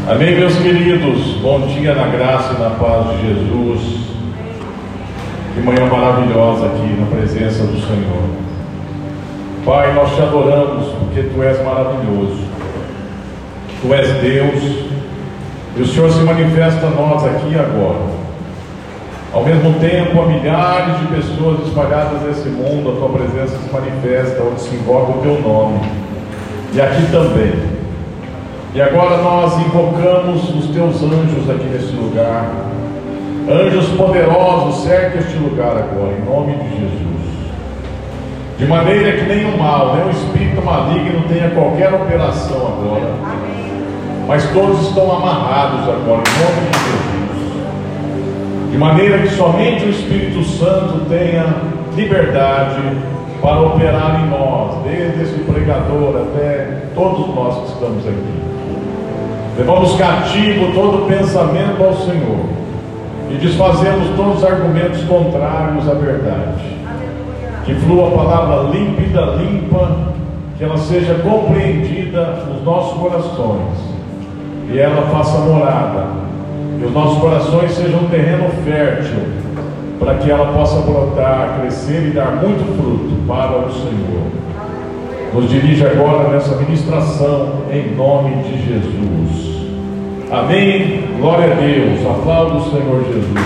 Amém, meus queridos, bom dia na graça e na paz de Jesus. Que manhã maravilhosa aqui na presença do Senhor. Pai, nós te adoramos porque Tu és maravilhoso, Tu és Deus, e o Senhor se manifesta a nós aqui e agora. Ao mesmo tempo, a milhares de pessoas espalhadas nesse mundo, a Tua presença se manifesta, onde se invoca o Teu nome, e aqui também. E agora nós invocamos os Teus anjos aqui nesse lugar. Anjos poderosos, cerca este lugar agora, em nome de Jesus. De maneira que nenhum mal, nenhum espírito maligno tenha qualquer operação agora. Mas todos estão amarrados agora, em nome de Jesus. De maneira que somente o Espírito Santo tenha liberdade para operar em nós, desde esse pregador até todos nós que estamos aqui. Levamos cativo todo pensamento ao Senhor e desfazemos todos os argumentos contrários à verdade. Que flua a palavra límpida, limpa, que ela seja compreendida nos nossos corações e ela faça morada, que os nossos corações sejam um terreno fértil para que ela possa brotar, crescer e dar muito fruto para o Senhor. Nos dirige agora nessa ministração, em nome de Jesus. Amém? Glória a Deus. Aplauda o Senhor Jesus.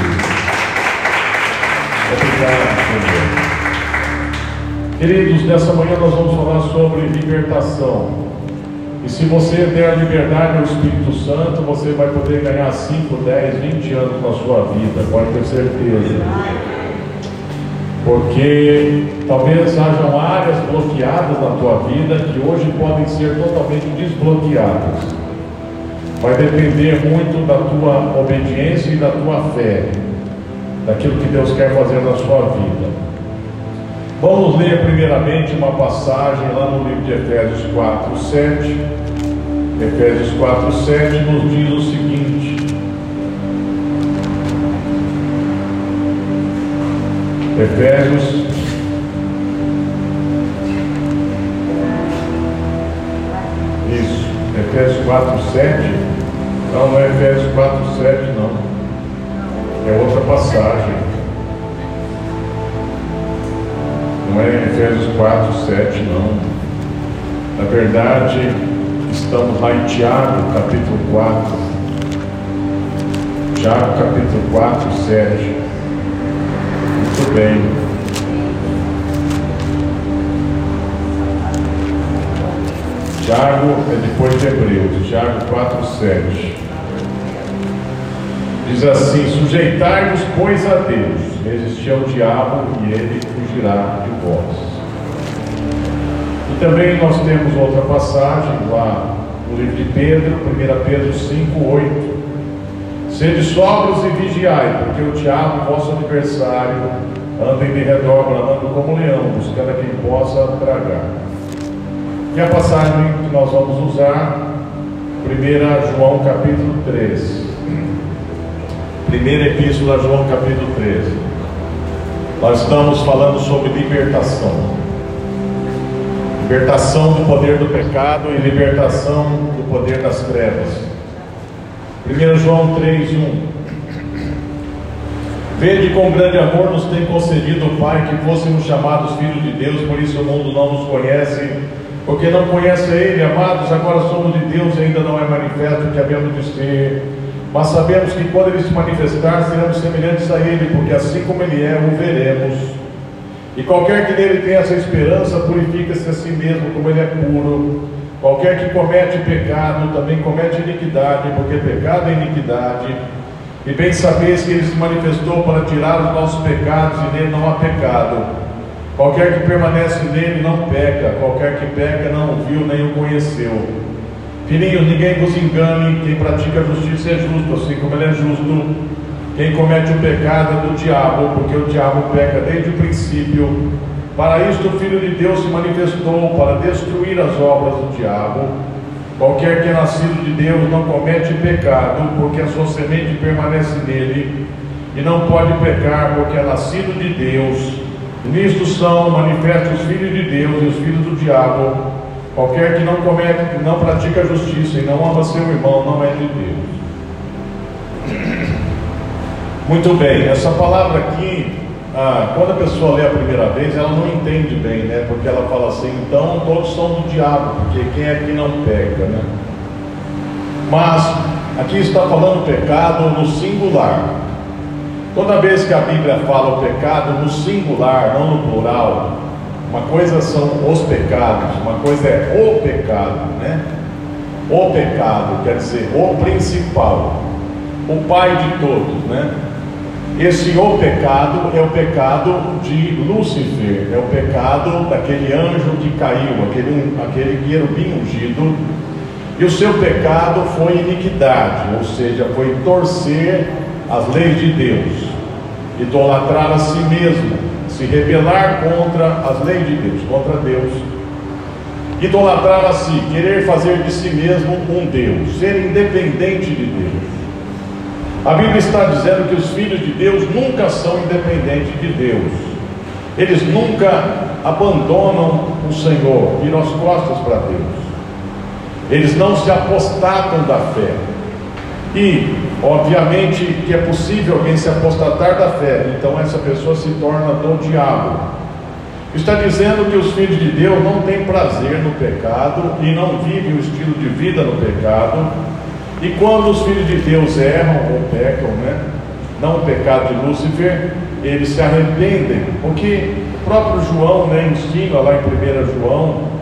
Obrigado, Senhor. Queridos, nessa manhã nós vamos falar sobre libertação. E se você der a liberdade ao Espírito Santo, você vai poder ganhar 5, 10, 20 anos na sua vida, pode ter certeza. Porque talvez hajam áreas bloqueadas na tua vida que hoje podem ser totalmente desbloqueadas. Vai depender muito da tua obediência e da tua fé, daquilo que Deus quer fazer na sua vida. Vamos ler primeiramente uma passagem lá no livro de Efésios 4:7. Efésios 4:7 nos diz o seguinte: Efésios isso, Efésios 4:7. Não é Efésios 4:7 não, é outra passagem. Não é Efésios 4:7 não. Na verdade, estamos lá em Tiago, capítulo 4. Tiago, capítulo 4:7. Muito bem. Tiago é depois de Hebreus. Tiago 4:7. Diz assim: sujeitai-vos, pois, a Deus, resistir ao diabo e ele fugirá de vós. E também nós temos outra passagem lá no livro de Pedro, 1 Pedro 5:8. Sede sóbrios e vigiai, porque o diabo, vosso adversário, anda em derredor, bramando como leão, buscando a quem possa tragar. E a passagem que nós vamos usar, 1 João capítulo 3. Primeira epístola a João capítulo 13. Nós estamos falando sobre libertação. Libertação do poder do pecado e libertação do poder das trevas. 1 João 3:1. Vede com grande amor nos tem concedido o Pai que fôssemos chamados filhos de Deus, por isso o mundo não nos conhece, porque não conhece a Ele. Amados, agora somos de Deus e ainda não é manifesto o que havemos de ser. Mas sabemos que quando Ele se manifestar, seremos semelhantes a Ele, porque assim como Ele é, o veremos. E qualquer que nele tenha essa esperança, purifica-se a si mesmo, como Ele é puro. Qualquer que comete pecado, também comete iniquidade, porque pecado é iniquidade. E bem sabeis que Ele se manifestou para tirar os nossos pecados, e nele não há pecado. Qualquer que permanece nele não peca, qualquer que peca não o viu nem o conheceu. Filhinhos, ninguém vos engane, quem pratica a justiça é justo, assim como Ele é justo. Quem comete o pecado é do diabo, porque o diabo peca desde o princípio. Para isto o Filho de Deus se manifestou, para destruir as obras do diabo. Qualquer que é nascido de Deus não comete pecado, porque a sua semente permanece nele, e não pode pecar, porque é nascido de Deus. Nisto são manifestos os filhos de Deus e os filhos do diabo. Qualquer que não pratica a justiça e não ama seu irmão não é de Deus. Muito bem, essa palavra aqui, quando a pessoa lê a primeira vez, ela não entende bem, né? Porque ela fala assim, então todos são do diabo, porque quem é que não peca, né? Mas aqui está falando pecado no singular. Toda vez que a Bíblia fala o pecado no singular, não no plural, uma coisa são os pecados, uma coisa é o pecado, né? O pecado quer dizer o principal, o pai de todos, né? Esse o pecado é o pecado de Lúcifer, é o pecado daquele anjo que caiu, aquele querubim ungido. E o seu pecado foi iniquidade, ou seja, foi torcer as leis de Deus, idolatrar a si mesmo, se rebelar contra as leis de Deus, contra Deus, idolatrar a si, querer fazer de si mesmo um Deus, ser independente de Deus. A Bíblia está dizendo que os filhos de Deus nunca são independentes de Deus, eles nunca abandonam o Senhor, viram as costas para Deus, eles não se apostatam da fé. E, obviamente, que é possível alguém se apostatar da fé, então essa pessoa se torna do diabo. Está dizendo que os filhos de Deus não têm prazer no pecado e não vivem o estilo de vida no pecado. E quando os filhos de Deus erram ou pecam, né? Não o pecado de Lúcifer, eles se arrependem, porque o próprio João, né, ensina lá em 1 João,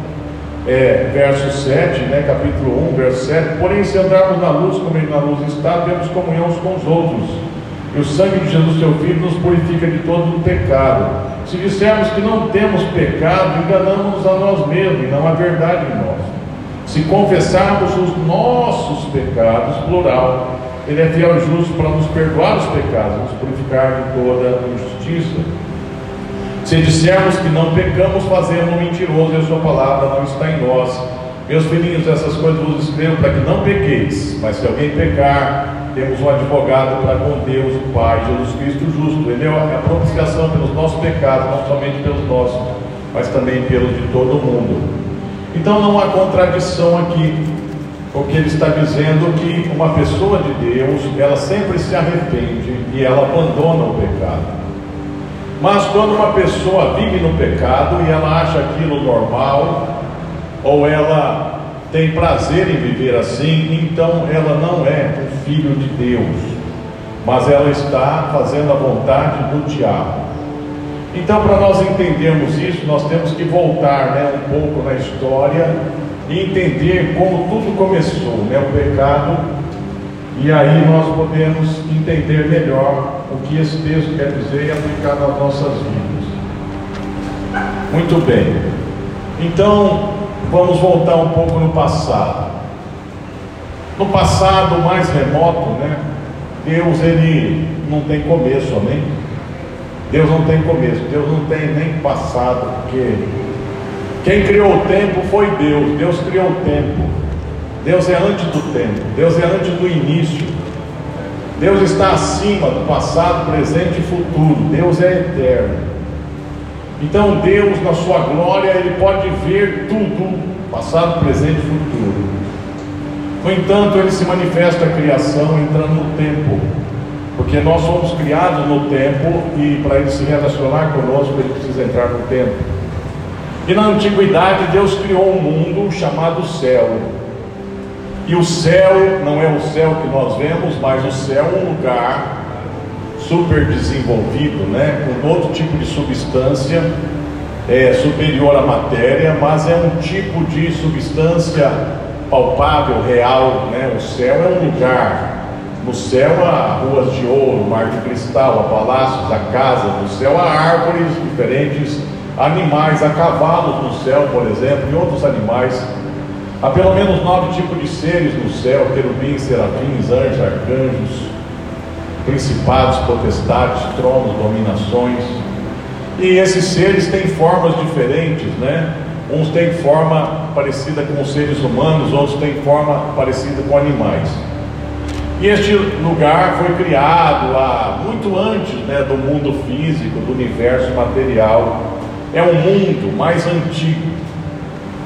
verso 7, né, capítulo 1, verso 7, porém se andarmos na luz como ele na luz está, temos comunhão uns com os outros, e o sangue de Jesus seu Filho nos purifica de todo o pecado. Se dissermos que não temos pecado, enganamos-nos a nós mesmos, e não há verdade em nós. Se confessarmos os nossos pecados, plural, ele é fiel e justo para nos perdoar os pecados, nos purificar de toda injustiça. Se dissermos que não pecamos, fazemos um mentiroso e a sua palavra não está em nós. Meus filhinhos, essas coisas vos escrevo para que não pequeis, mas se alguém pecar, temos um advogado para com Deus, o Pai, Jesus Cristo justo. Ele é a propiciação pelos nossos pecados, não somente pelos nossos, mas também pelos de todo mundo. Então não há contradição aqui, porque ele está dizendo que uma pessoa de Deus, ela sempre se arrepende e ela abandona o pecado. Mas quando uma pessoa vive no pecado e ela acha aquilo normal, ou ela tem prazer em viver assim, então ela não é um filho de Deus, mas ela está fazendo a vontade do diabo. Então, para nós entendermos isso, nós temos que voltar, né, um pouco na história e entender como tudo começou, né, o pecado, e aí nós podemos entender melhor o que esse texto quer dizer e aplicar nas nossas vidas. Muito bem, então vamos voltar um pouco no passado. No passado mais remoto, né, Deus, ele não tem começo, amém? Deus não tem começo, Deus não tem nem passado, porque quem criou o tempo foi Deus. Deus criou o tempo. Deus é antes do tempo, Deus é antes do início. Deus está acima do passado, presente e futuro. Deus é eterno. Então Deus, na sua glória, ele pode ver tudo, passado, presente e futuro. No entanto, ele se manifesta a criação entrando no tempo, porque nós somos criados no tempo, e para ele se relacionar conosco, ele precisa entrar no tempo. E na antiguidade, Deus criou um mundo chamado céu. E o céu não é o céu que nós vemos, mas o céu é um lugar super desenvolvido, né? Com outro tipo de substância, superior à matéria, mas é um tipo de substância palpável, real, né? O céu é um lugar. No céu há ruas de ouro, mar de cristal, há palácios, há casas. No céu há árvores, diferentes animais, há cavalos no céu, por exemplo, e outros animais. Há pelo menos 9 tipos de seres no céu: querubins, serafins, anjos, arcanjos, principados, potestades, tronos, dominações. E esses seres têm formas diferentes, né? Uns têm forma parecida com os seres humanos, outros têm forma parecida com animais. E este lugar foi criado lá muito antes, né, do mundo físico, do universo material. É um mundo mais antigo.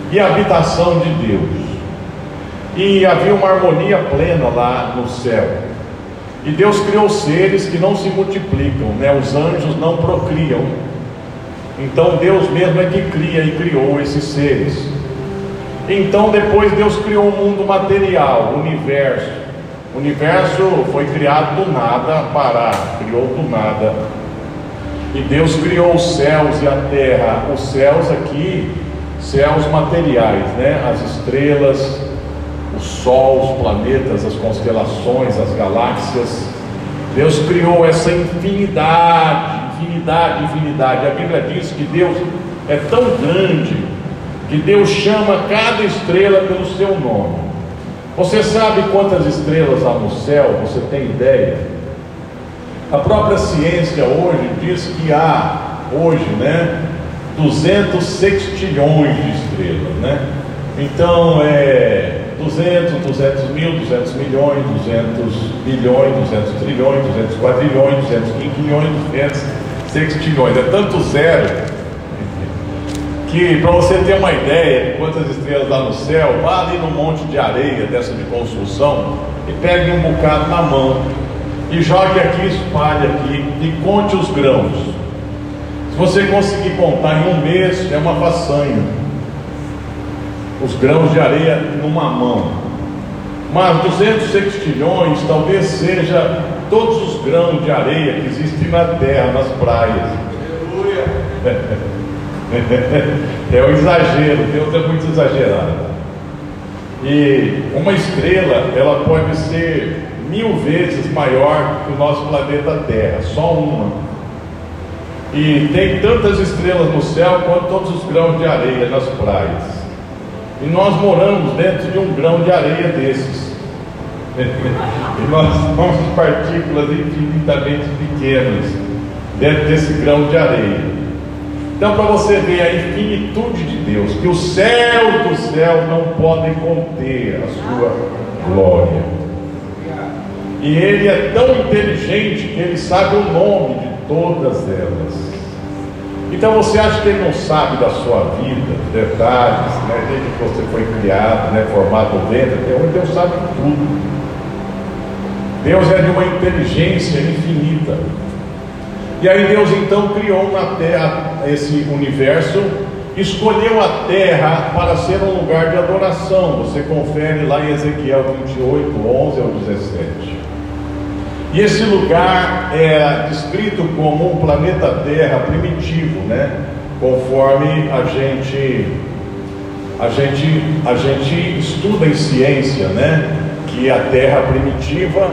e a habitação de Deus. E havia uma harmonia plena lá no céu. E Deus criou seres que não se multiplicam, né? Os anjos não procriam. Então Deus mesmo é que cria e criou esses seres. Então depois Deus criou o mundo material, o universo. O universo foi criado do nada, criou do nada. E Deus criou os céus e a terra. Os céus aqui, céus materiais, né? As estrelas, o sol, os planetas, as constelações, as galáxias. Deus criou essa infinidade. A Bíblia diz que Deus é tão grande que Deus chama cada estrela pelo seu nome. Você sabe quantas estrelas há no céu? Você tem ideia? A própria ciência hoje diz que há hoje, né, 200 sextilhões de estrelas, né? Então 200 mil, 200 milhões, 200 bilhões, 200 trilhões, 200 quadrilhões, 200 quinquilhões, 200 sextilhões. É tanto zero que, para você ter uma ideia de quantas estrelas há no céu, vá ali no monte de areia dessa de construção e pegue um bocado na mão e jogue aqui, espalhe aqui e conte os grãos. Se você conseguir contar em um mês, é uma façanha. Os grãos de areia numa mão. Mas 200 sextilhões talvez seja todos os grãos de areia que existem na terra, nas praias. Aleluia! É um exagero, Deus é muito exagerado. E uma estrela, ela pode ser 1000 vezes maior que o nosso planeta Terra, só uma. E tem tantas estrelas no céu quanto todos os grãos de areia nas praias. E nós moramos dentro de um grão de areia desses. E nós somos partículas infinitamente pequenas dentro desse grão de areia. Então, para você ver a infinitude de Deus, que os céus do céu não podem conter a sua glória. E Ele é tão inteligente que Ele sabe o nome de todas elas. Então você acha que Ele não sabe da sua vida, detalhes, né? Desde que você foi criado, né? Formado no ventre até hoje, Deus sabe tudo. Deus é de uma inteligência infinita. E aí Deus então criou na terra esse universo, escolheu a terra para ser um lugar de adoração. Você confere lá em Ezequiel 28, 11 ao 17. E esse lugar é descrito como um planeta Terra primitivo, né? Conforme a gente estuda em ciência, né? Que a Terra primitiva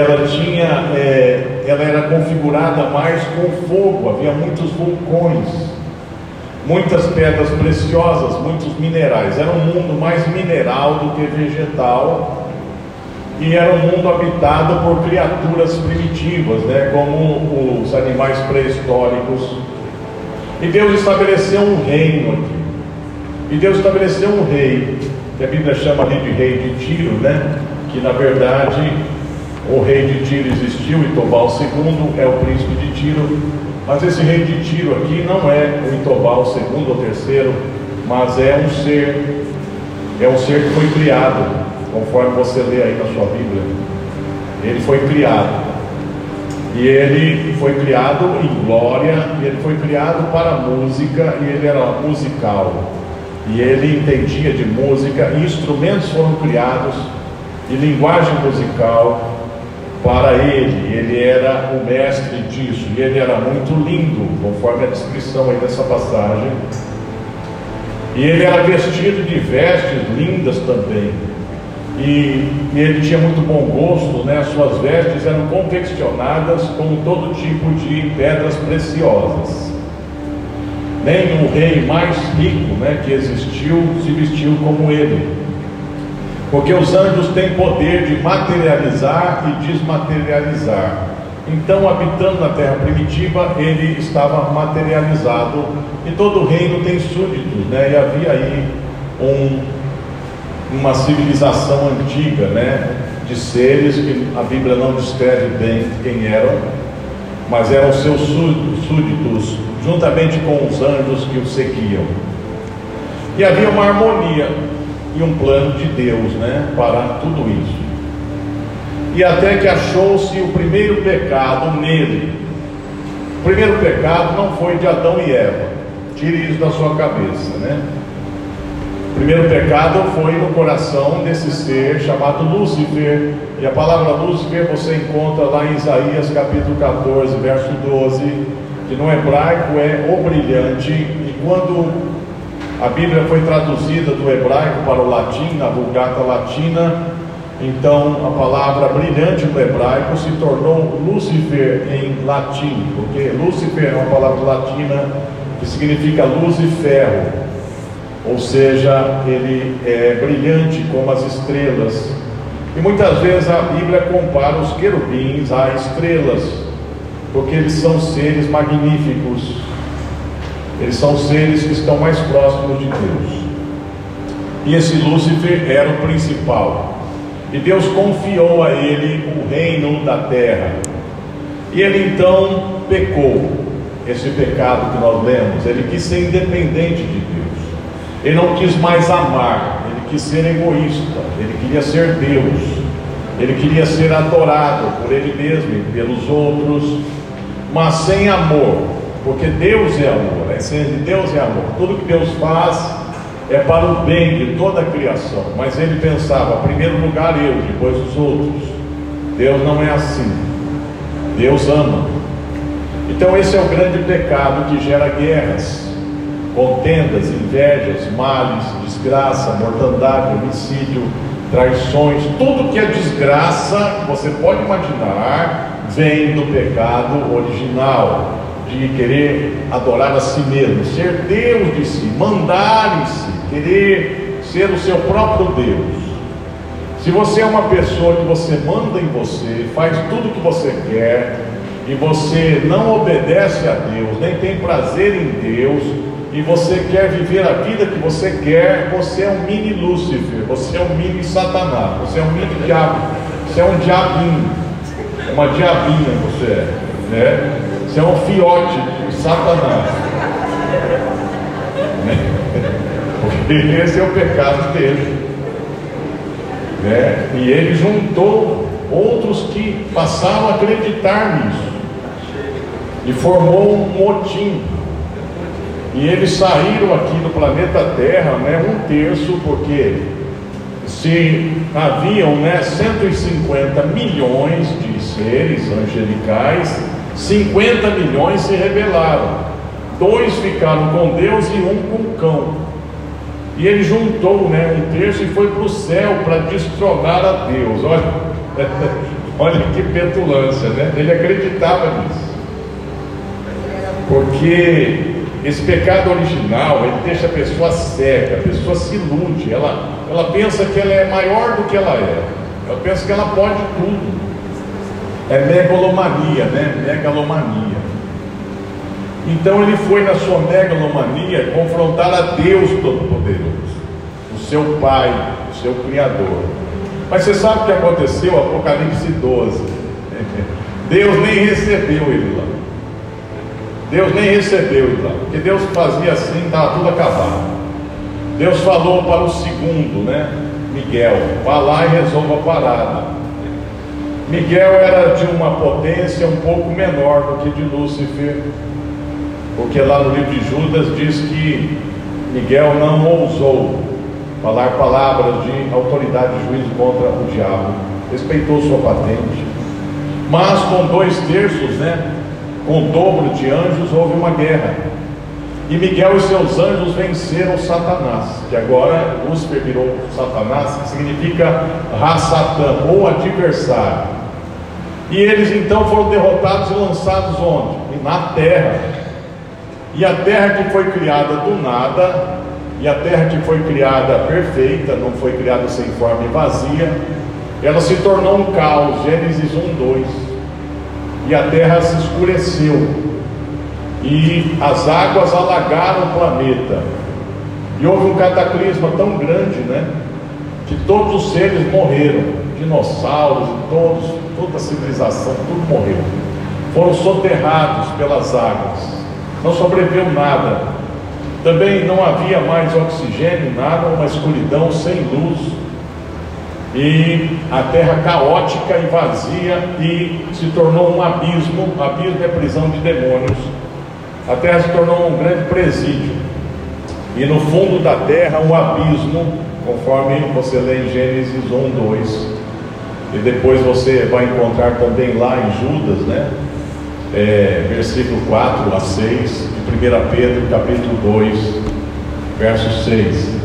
ela era configurada mais com fogo. Havia muitos vulcões, muitas pedras preciosas, muitos minerais. Era um mundo mais mineral do que vegetal. E era um mundo habitado por criaturas primitivas, né, como os animais pré-históricos. E Deus estabeleceu um reino aqui. E Deus estabeleceu um rei, que a Bíblia chama ali de rei de Tiro, né? Que na verdade o rei de Tiro existiu, e Itobal II é o príncipe de Tiro. Mas esse rei de Tiro aqui não é o Itobal II ou terceiro, mas é um ser que foi criado. Conforme você lê aí na sua Bíblia, ele foi criado. E ele foi criado em glória, e ele foi criado para a música, e ele era musical. E ele entendia de música, e instrumentos foram criados, e linguagem musical para ele. Ele era o mestre disso, e ele era muito lindo, conforme a descrição aí dessa passagem. E ele era vestido de vestes lindas também. E ele tinha muito bom gosto, né? As suas vestes eram confeccionadas com todo tipo de pedras preciosas. Nem o rei mais rico, né, que existiu se vestiu como ele. Porque os anjos têm poder de materializar e desmaterializar. Então, habitando na terra primitiva, ele estava materializado. E todo reino tem súditos, né? E havia aí uma civilização antiga, né, de seres que a Bíblia não descreve bem quem eram, mas eram seus súditos, juntamente com os anjos que o seguiam. E havia uma harmonia e um plano de Deus, né, para tudo isso. E até que achou-se o primeiro pecado nele. O primeiro pecado não foi de Adão e Eva, tire isso da sua cabeça, né? O primeiro pecado foi no coração desse ser chamado Lúcifer. E a palavra Lúcifer você encontra lá em Isaías capítulo 14, verso 12, que no hebraico é o brilhante. E quando a Bíblia foi traduzida do hebraico para o latim, na Vulgata Latina, então a palavra brilhante no hebraico se tornou Lúcifer em latim, porque Lúcifer é uma palavra latina que significa luz e ferro, ou seja, ele é brilhante como as estrelas. E muitas vezes a Bíblia compara os querubins a estrelas, porque eles são seres magníficos, eles são seres que estão mais próximos de Deus. E esse Lúcifer era o principal. E Deus confiou a ele o reino da terra. E ele então pecou. Esse pecado que nós lemos, ele quis ser independente de Deus. Ele não quis mais amar, ele quis ser egoísta, ele queria ser Deus. Ele queria ser adorado por ele mesmo e pelos outros, mas sem amor, porque Deus é amor, a essência de Deus é amor. Tudo que Deus faz é para o bem de toda a criação, mas ele pensava, em primeiro lugar eu, depois os outros. Deus não é assim. Deus ama. Então esse é o grande pecado que gera guerras, contendas, invejas, males, desgraça, mortandade, homicídio, traições. Tudo que é desgraça, você pode imaginar, vem do pecado original, de querer adorar a si mesmo, ser Deus de si, mandar em si, querer ser o seu próprio Deus. Se você é uma pessoa que você manda em você, faz tudo o que você quer, e você não obedece a Deus, nem tem prazer em Deus, e você quer viver a vida que você quer, você é um mini Lúcifer, você é um mini Satanás, você é um mini diabo, você é um diabinho, uma diabinha você é, né? Você é um fiote de Satanás, né? Porque esse é o pecado dele, né? E ele juntou outros que passaram a acreditar nisso, e formou um motim. E eles saíram aqui do planeta Terra, né, 1/3, porque se haviam, né, 150 milhões de seres angelicais, 50 milhões se rebelaram. 2 ficaram com Deus e 1 com o cão. E ele juntou, né, 1/3 e foi para o céu para destronar a Deus. Olha, olha que petulância, né? Ele acreditava nisso. Porque esse pecado original, ele deixa a pessoa cega, a pessoa se ilude, ela pensa que ela é maior do que ela é, ela pensa que ela pode tudo. É megalomania, né? Megalomania. Então ele foi na sua megalomania confrontar a Deus Todo-Poderoso, o seu Pai, o seu Criador. Mas você sabe o que aconteceu? Apocalipse 12. Deus nem recebeu ele lá. Deus nem recebeu ele lá, porque Deus fazia assim, estava tudo acabado. Deus falou para o segundo, né, Miguel, vá lá e resolva a parada. Miguel era de uma potência um pouco menor do que de Lúcifer, porque lá no livro de Judas diz que Miguel não ousou falar palavras de autoridade de juízo contra o diabo, respeitou sua patente, mas com 2/3, né, com o dobro de anjos, houve uma guerra, e Miguel e seus anjos venceram Satanás, que agora Lúcifer virou Satanás, que significa Ra-Satã, ou adversário. E eles então foram derrotados e lançados onde? Na terra. E a terra que foi criada do nada, e a terra que foi criada perfeita, não foi criada sem forma e vazia, ela se tornou um caos. Gênesis 1:2. E a terra se escureceu, e as águas alagaram o planeta, e houve um cataclisma tão grande, né, que todos os seres morreram, dinossauros, toda a civilização, tudo morreu, foram soterrados pelas águas, não sobreviveu nada. Também não havia mais oxigênio, nada, uma escuridão sem luz, e a terra caótica e vazia, e se tornou um abismo. Abismo é prisão de demônios. A terra se tornou um grande presídio, e no fundo da terra um abismo, conforme você lê em Gênesis 1, 2, e depois você vai encontrar também lá em Judas, né? Versículo 4 a 6, de 1 Pedro capítulo 2, verso 6.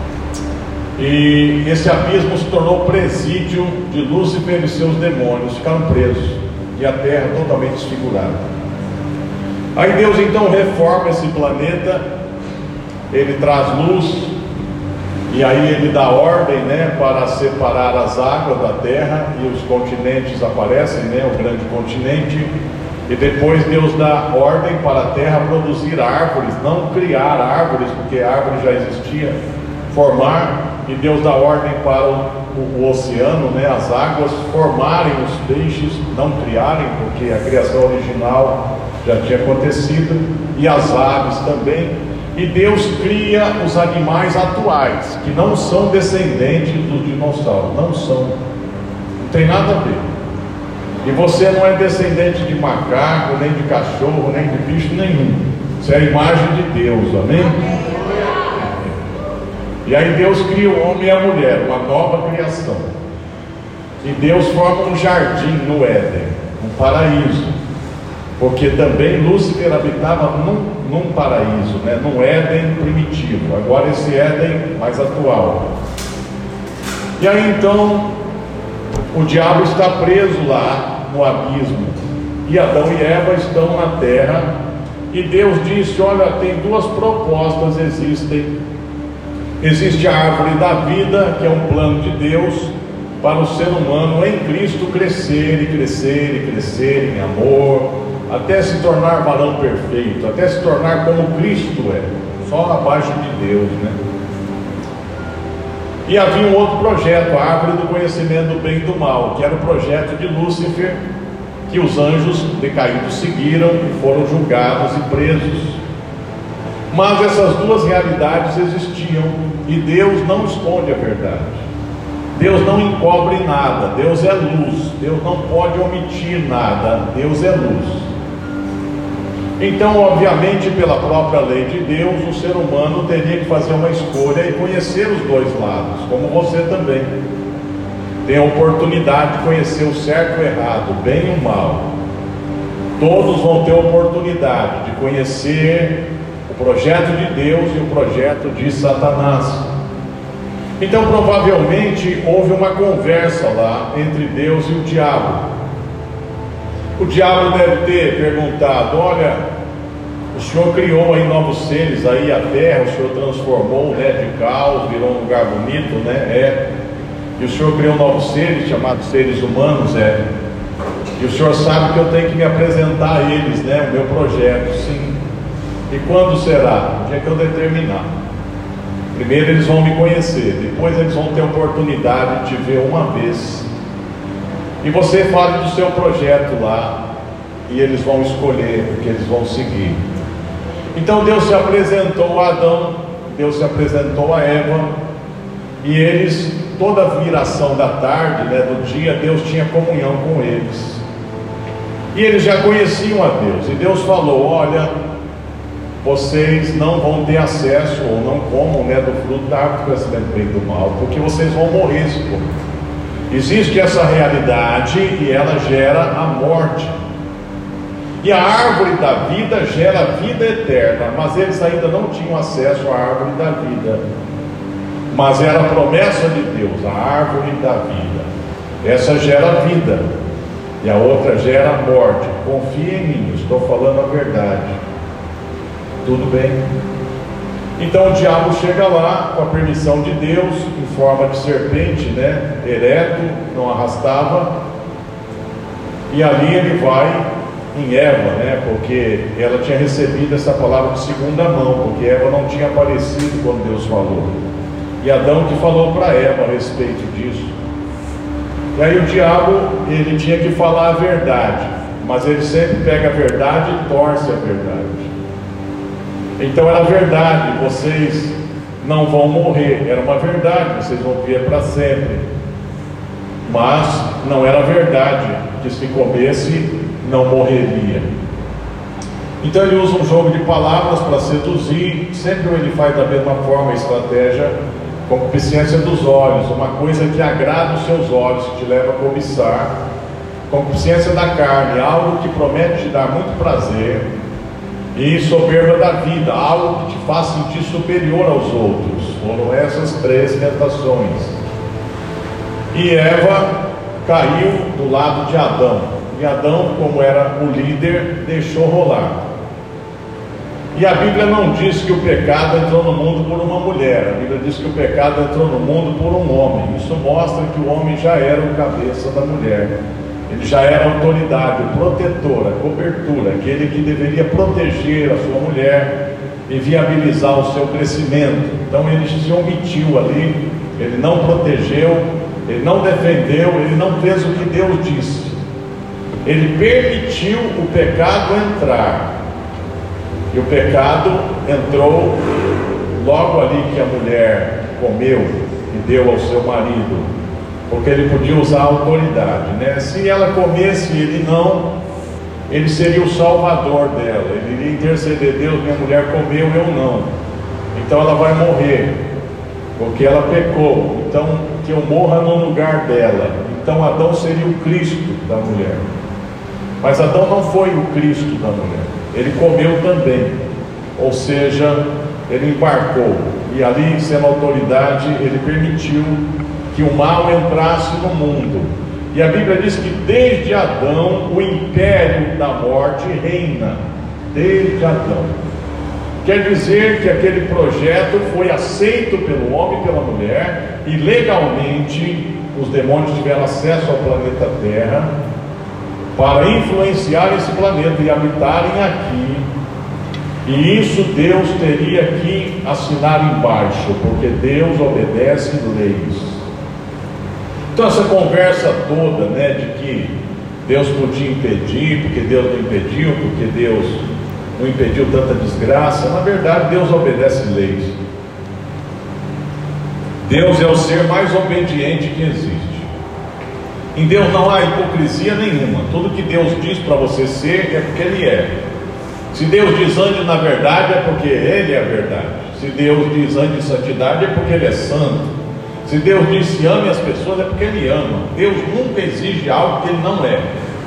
E esse abismo se tornou presídio de Lúcifer e seus demônios, ficaram presos, e a terra totalmente desfigurada. Aí Deus então reforma esse planeta, ele traz luz, e aí ele dá ordem, né, para separar as águas da terra, e os continentes aparecem, né, o grande continente. E depois Deus dá ordem para a terra produzir árvores, não criar árvores, porque a árvore já existia, formar. E Deus dá ordem para o oceano, né, as águas, formarem os peixes, não criarem, porque a criação original já tinha acontecido, e as aves também. E Deus cria os animais atuais, que não são descendentes dos dinossauros, não são, não tem nada a ver. E você não é descendente de macaco, nem de cachorro, nem de bicho nenhum. Você é a imagem de Deus, amém? E aí Deus cria o homem e a mulher, uma nova criação. E Deus forma um jardim no Éden, um paraíso. Porque também Lúcifer habitava num paraíso, né? Num Éden primitivo. Agora esse Éden mais atual. E aí então o diabo está preso lá no abismo, e Adão e Eva estão na terra, e Deus disse: olha, tem duas propostas existem. Existe a árvore da vida, que é um plano de Deus para o ser humano em Cristo crescer e crescer e crescer em amor, até se tornar varão perfeito, até se tornar como Cristo é, só abaixo de Deus, né? E havia um outro projeto, a árvore do conhecimento do bem e do mal, que era o projeto de Lúcifer, que os anjos decaídos seguiram e foram julgados e presos. Mas essas duas realidades existiam, e Deus não esconde a verdade. Deus não encobre nada. Deus é luz. Deus não pode omitir nada. Deus é luz. Então, obviamente, pela própria lei de Deus, o ser humano teria que fazer uma escolha e conhecer os dois lados, como você também tem a oportunidade de conhecer o certo e o errado, o bem e o mal. Todos vão ter a oportunidade de conhecer o projeto de Deus e o projeto de Satanás. Então provavelmente houve uma conversa lá entre Deus e o diabo. O diabo deve ter perguntado: olha, o Senhor criou aí novos seres, aí a terra, o Senhor transformou, né, de caos, virou um lugar bonito, né? E o Senhor criou novos seres, chamados seres humanos, e o Senhor sabe que eu tenho que me apresentar a eles, né, o meu projeto. Sim. E quando será? No dia que eu determinar. Primeiro eles vão me conhecer, depois eles vão ter a oportunidade de ver uma vez. E você fala do seu projeto lá, e eles vão escolher o que eles vão seguir. Então Deus se apresentou a Adão, Deus se apresentou a Eva, e eles, toda a viração da tarde, né, do dia, Deus tinha comunhão com eles. E eles já conheciam a Deus, e Deus falou: olha, vocês não vão ter acesso, ou não comam, né, do fruto da árvore do conhecimento do bem e do mal, porque vocês vão morrer se comer. Existe essa realidade e ela gera a morte. E a árvore da vida gera vida eterna, mas eles ainda não tinham acesso à árvore da vida. Mas era a promessa de Deus, a árvore da vida. Essa gera vida, e a outra gera morte. Confia em mim, estou falando a verdade. Tudo bem? Então o diabo chega lá com a permissão de Deus, em forma de serpente, né, ereto, não arrastava, e ali ele vai em Eva, né, porque ela tinha recebido essa palavra de segunda mão, porque Eva não tinha aparecido quando Deus falou, e Adão que falou para Eva a respeito disso. E aí o diabo, ele tinha que falar a verdade, mas ele sempre pega a verdade e torce a verdade. Então era verdade, vocês não vão morrer. Era uma verdade, vocês vão viver para sempre. Mas não era verdade que se comesse não morreria. Então ele usa um jogo de palavras para seduzir. Sempre ele faz da mesma forma a estratégia: concupiscência dos olhos, uma coisa que agrada os seus olhos, que te leva a cobiçar. Concupiscência da carne, algo que promete te dar muito prazer. E soberba da vida, algo que te faz sentir superior aos outros. Foram essas três tentações. E Eva caiu do lado de Adão. E Adão, como era o líder, deixou rolar. E a Bíblia não diz que o pecado entrou no mundo por uma mulher. A Bíblia diz que o pecado entrou no mundo por um homem. Isso mostra que o homem já era o cabeça da mulher. Ele já era a autoridade, o protetor, a cobertura, aquele que deveria proteger a sua mulher e viabilizar o seu crescimento. Então ele se omitiu ali, ele não protegeu, ele não defendeu, ele não fez o que Deus disse. Ele permitiu o pecado entrar. E o pecado entrou logo ali que a mulher comeu e deu ao seu marido, porque ele podia usar a autoridade, né? Se ela comesse e ele não, ele seria o salvador dela. Ele iria interceder: Deus, minha mulher comeu, eu não, então ela vai morrer, porque ela pecou, então que eu morra no lugar dela. Então Adão seria o Cristo da mulher. Mas Adão não foi o Cristo da mulher, ele comeu também, ou seja, ele embarcou, e ali, sendo autoridade, ele permitiu que o mal entrasse no mundo. E a Bíblia diz que desde Adão o império da morte reina. Desde Adão. Quer dizer que aquele projeto foi aceito pelo homem e pela mulher, e legalmente os demônios tiveram acesso ao planeta Terra para influenciar esse planeta e habitarem aqui. E isso Deus teria que assinar embaixo, porque Deus obedece leis. Então essa conversa toda, né, de que Deus podia impedir, porque Deus não impediu, porque Deus não impediu tanta desgraça, na verdade Deus obedece leis. Deus é o ser mais obediente que existe. Em Deus não há hipocrisia nenhuma. Tudo que Deus diz para você ser é porque Ele é. Se Deus diz ande na verdade, é porque Ele é a verdade. Se Deus diz ande em santidade, é porque Ele é santo. Se Deus diz se ame as pessoas, é porque Ele ama. Deus nunca exige algo que Ele não é.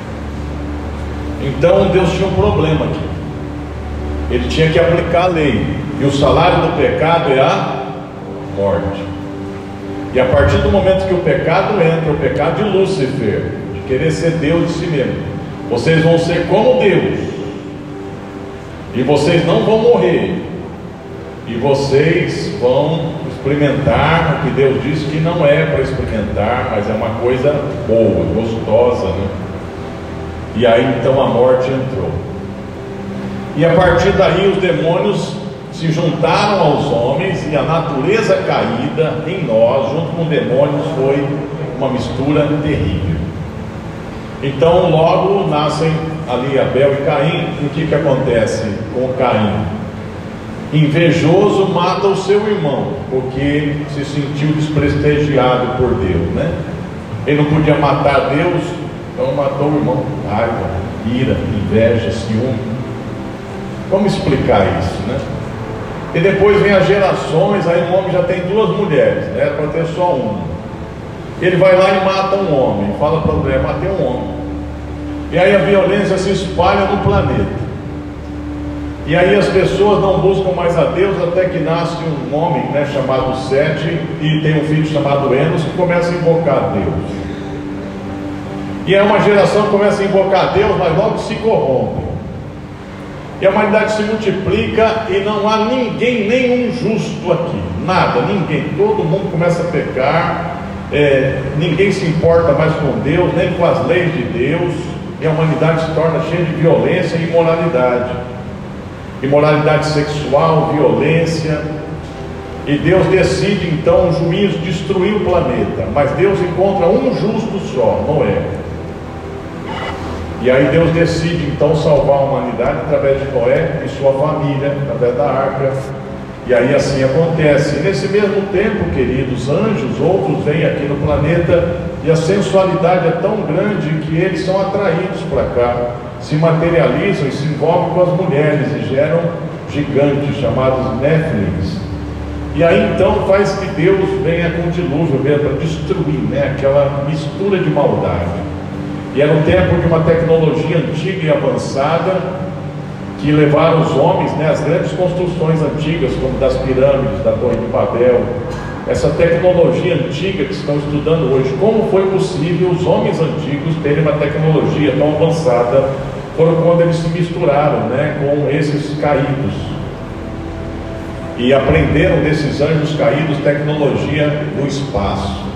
Então Deus tinha um problema aqui. Ele tinha que aplicar a lei. E o salário do pecado é a morte. E a partir do momento que o pecado entra, o pecado de Lúcifer, de querer ser Deus de si mesmo, vocês vão ser como Deus, e vocês não vão morrer, e vocês vão experimentar o que Deus disse que não é para experimentar, mas é uma coisa boa, gostosa, né? E aí então a morte entrou. E a partir daí os demônios se juntaram aos homens, e a natureza caída em nós, junto com demônios, foi uma mistura terrível. Então logo nascem ali Abel e Caim. E o que acontece com Caim? Invejoso mata o seu irmão, porque se sentiu desprestigiado por Deus, né? Ele não podia matar Deus, então matou o irmão. Raiva, ira, inveja, ciúme. Como explicar isso, né? E depois vem as gerações, aí o homem já tem duas mulheres, né? Era para ter só uma. Ele vai lá e mata um homem, fala para a mulher: matei um homem. E aí a violência se espalha no planeta. E aí as pessoas não buscam mais a Deus, até que nasce um homem, né, chamado Sete, e tem um filho chamado Enos, que começa a invocar a Deus. E aí uma geração começa a invocar a Deus, mas logo se corrompe. E a humanidade se multiplica e não há ninguém, nenhum justo aqui, nada, ninguém, todo mundo começa a pecar, ninguém se importa mais com Deus, nem com as leis de Deus, e a humanidade se torna cheia de violência e imoralidade, imoralidade sexual, violência, e Deus decide então, o juízo, destruir o planeta, mas Deus encontra um justo só, Noé. E aí Deus decide então salvar a humanidade através de Noé e sua família, através da arca. E aí assim acontece. E nesse mesmo tempo, queridos, anjos, outros vêm aqui no planeta, e a sensualidade é tão grande que eles são atraídos para cá, se materializam e se envolvem com as mulheres e geram gigantes chamados Néfilins. E aí então faz que Deus venha com o dilúvio mesmo para destruir, né, aquela mistura de maldade. E era um tempo de uma tecnologia antiga e avançada, que levaram os homens, né, às grandes construções antigas, como das pirâmides, da Torre de Babel. Essa tecnologia antiga que estão estudando hoje, como foi possível os homens antigos terem uma tecnologia tão avançada, foram quando eles se misturaram, né, com esses caídos, e aprenderam desses anjos caídos tecnologia no espaço.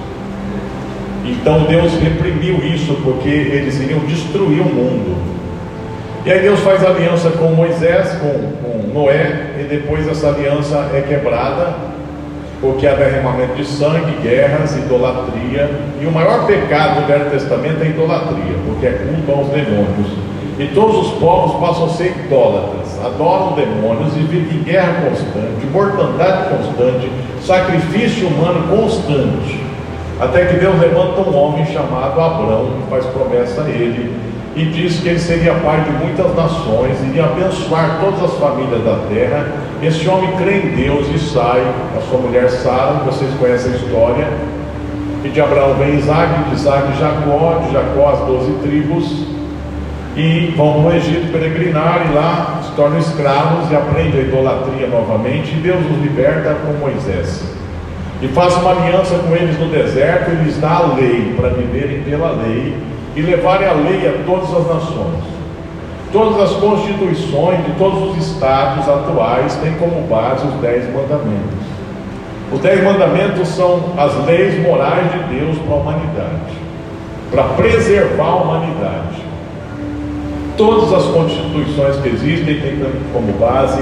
Então Deus reprimiu isso, porque eles iriam destruir o mundo. E aí Deus faz aliança com Moisés, com Noé, e depois essa aliança é quebrada, porque há derramamento de sangue, guerras, idolatria. E o maior pecado do Velho Testamento é a idolatria, porque é culto aos demônios. E todos os povos passam a ser idólatras, adoram demônios e vivem em guerra constante, mortandade constante, sacrifício humano constante. Até que Deus levanta um homem chamado Abrão, que faz promessa a ele, e diz que ele seria pai de muitas nações, iria abençoar todas as famílias da terra. Esse homem crê em Deus e sai, a sua mulher Sara, vocês conhecem a história. E de Abraão vem Isaac, de Isaac Jacó, de Jacó as 12 tribos, e vão no Egito peregrinar, e lá se tornam escravos e aprendem a idolatria novamente, e Deus os liberta com Moisés. E faz uma aliança com eles no deserto, e lhes dá a lei, para viverem pela lei, e levarem a lei a todas as nações. Todas as constituições de todos os estados atuais têm como base os 10 mandamentos. Os 10 mandamentos são as leis morais de Deus para a humanidade, para preservar a humanidade. Todas as constituições que existem têm como base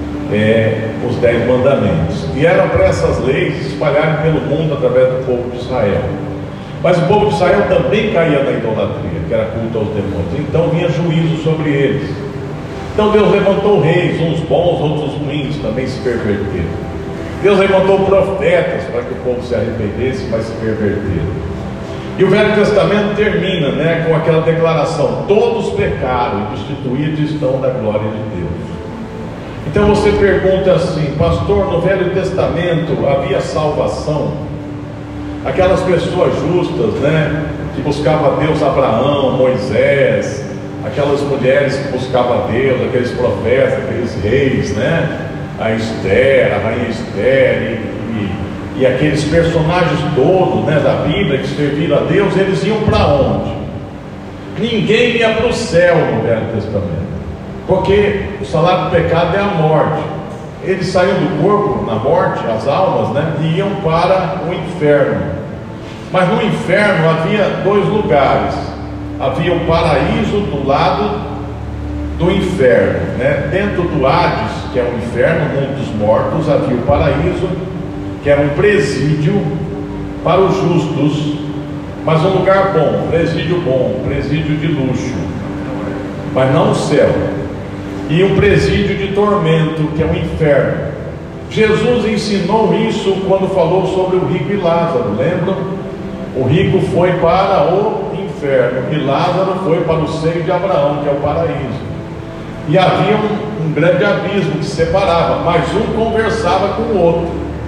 os 10 mandamentos. E eram para essas leis espalharem pelo mundo através do povo de Israel. Mas o povo de Israel também caía na idolatria, que era culto aos demônios. Então vinha juízo sobre eles. Então Deus levantou reis, uns bons, outros ruins, também se perverteram. Deus levantou profetas para que o povo se arrependesse, mas se perverteram. E o Velho Testamento termina, né, com aquela declaração: todos pecaram e destituídos estão da glória de Deus. Então você pergunta assim: pastor, no Velho Testamento havia salvação? Aquelas pessoas justas, né, que buscavam a Deus, Abraão, Moisés, aquelas mulheres que buscavam a Deus, aqueles profetas, aqueles reis, né, a Esther, a rainha Esther, e aqueles personagens todos, né, da Bíblia que serviram a Deus, eles iam para onde? Ninguém ia para o céu no Velho Testamento, porque o salário do pecado é a morte. Eles saíam do corpo na morte, as almas, né, e iam para o inferno. Mas no inferno havia 2 lugares. Havia o paraíso do lado do inferno, né? Dentro do Hades, que é o inferno, o mundo dos mortos, havia o paraíso, que era um presídio para os justos, mas um lugar bom, presídio de luxo, mas não o céu. E um presídio de tormento, que é o inferno. Jesus ensinou isso quando falou sobre o rico e Lázaro, lembram? O rico foi para o inferno e Lázaro foi para o seio de Abraão, que é o paraíso. E havia um grande abismo que separava, mas um conversava com o outro,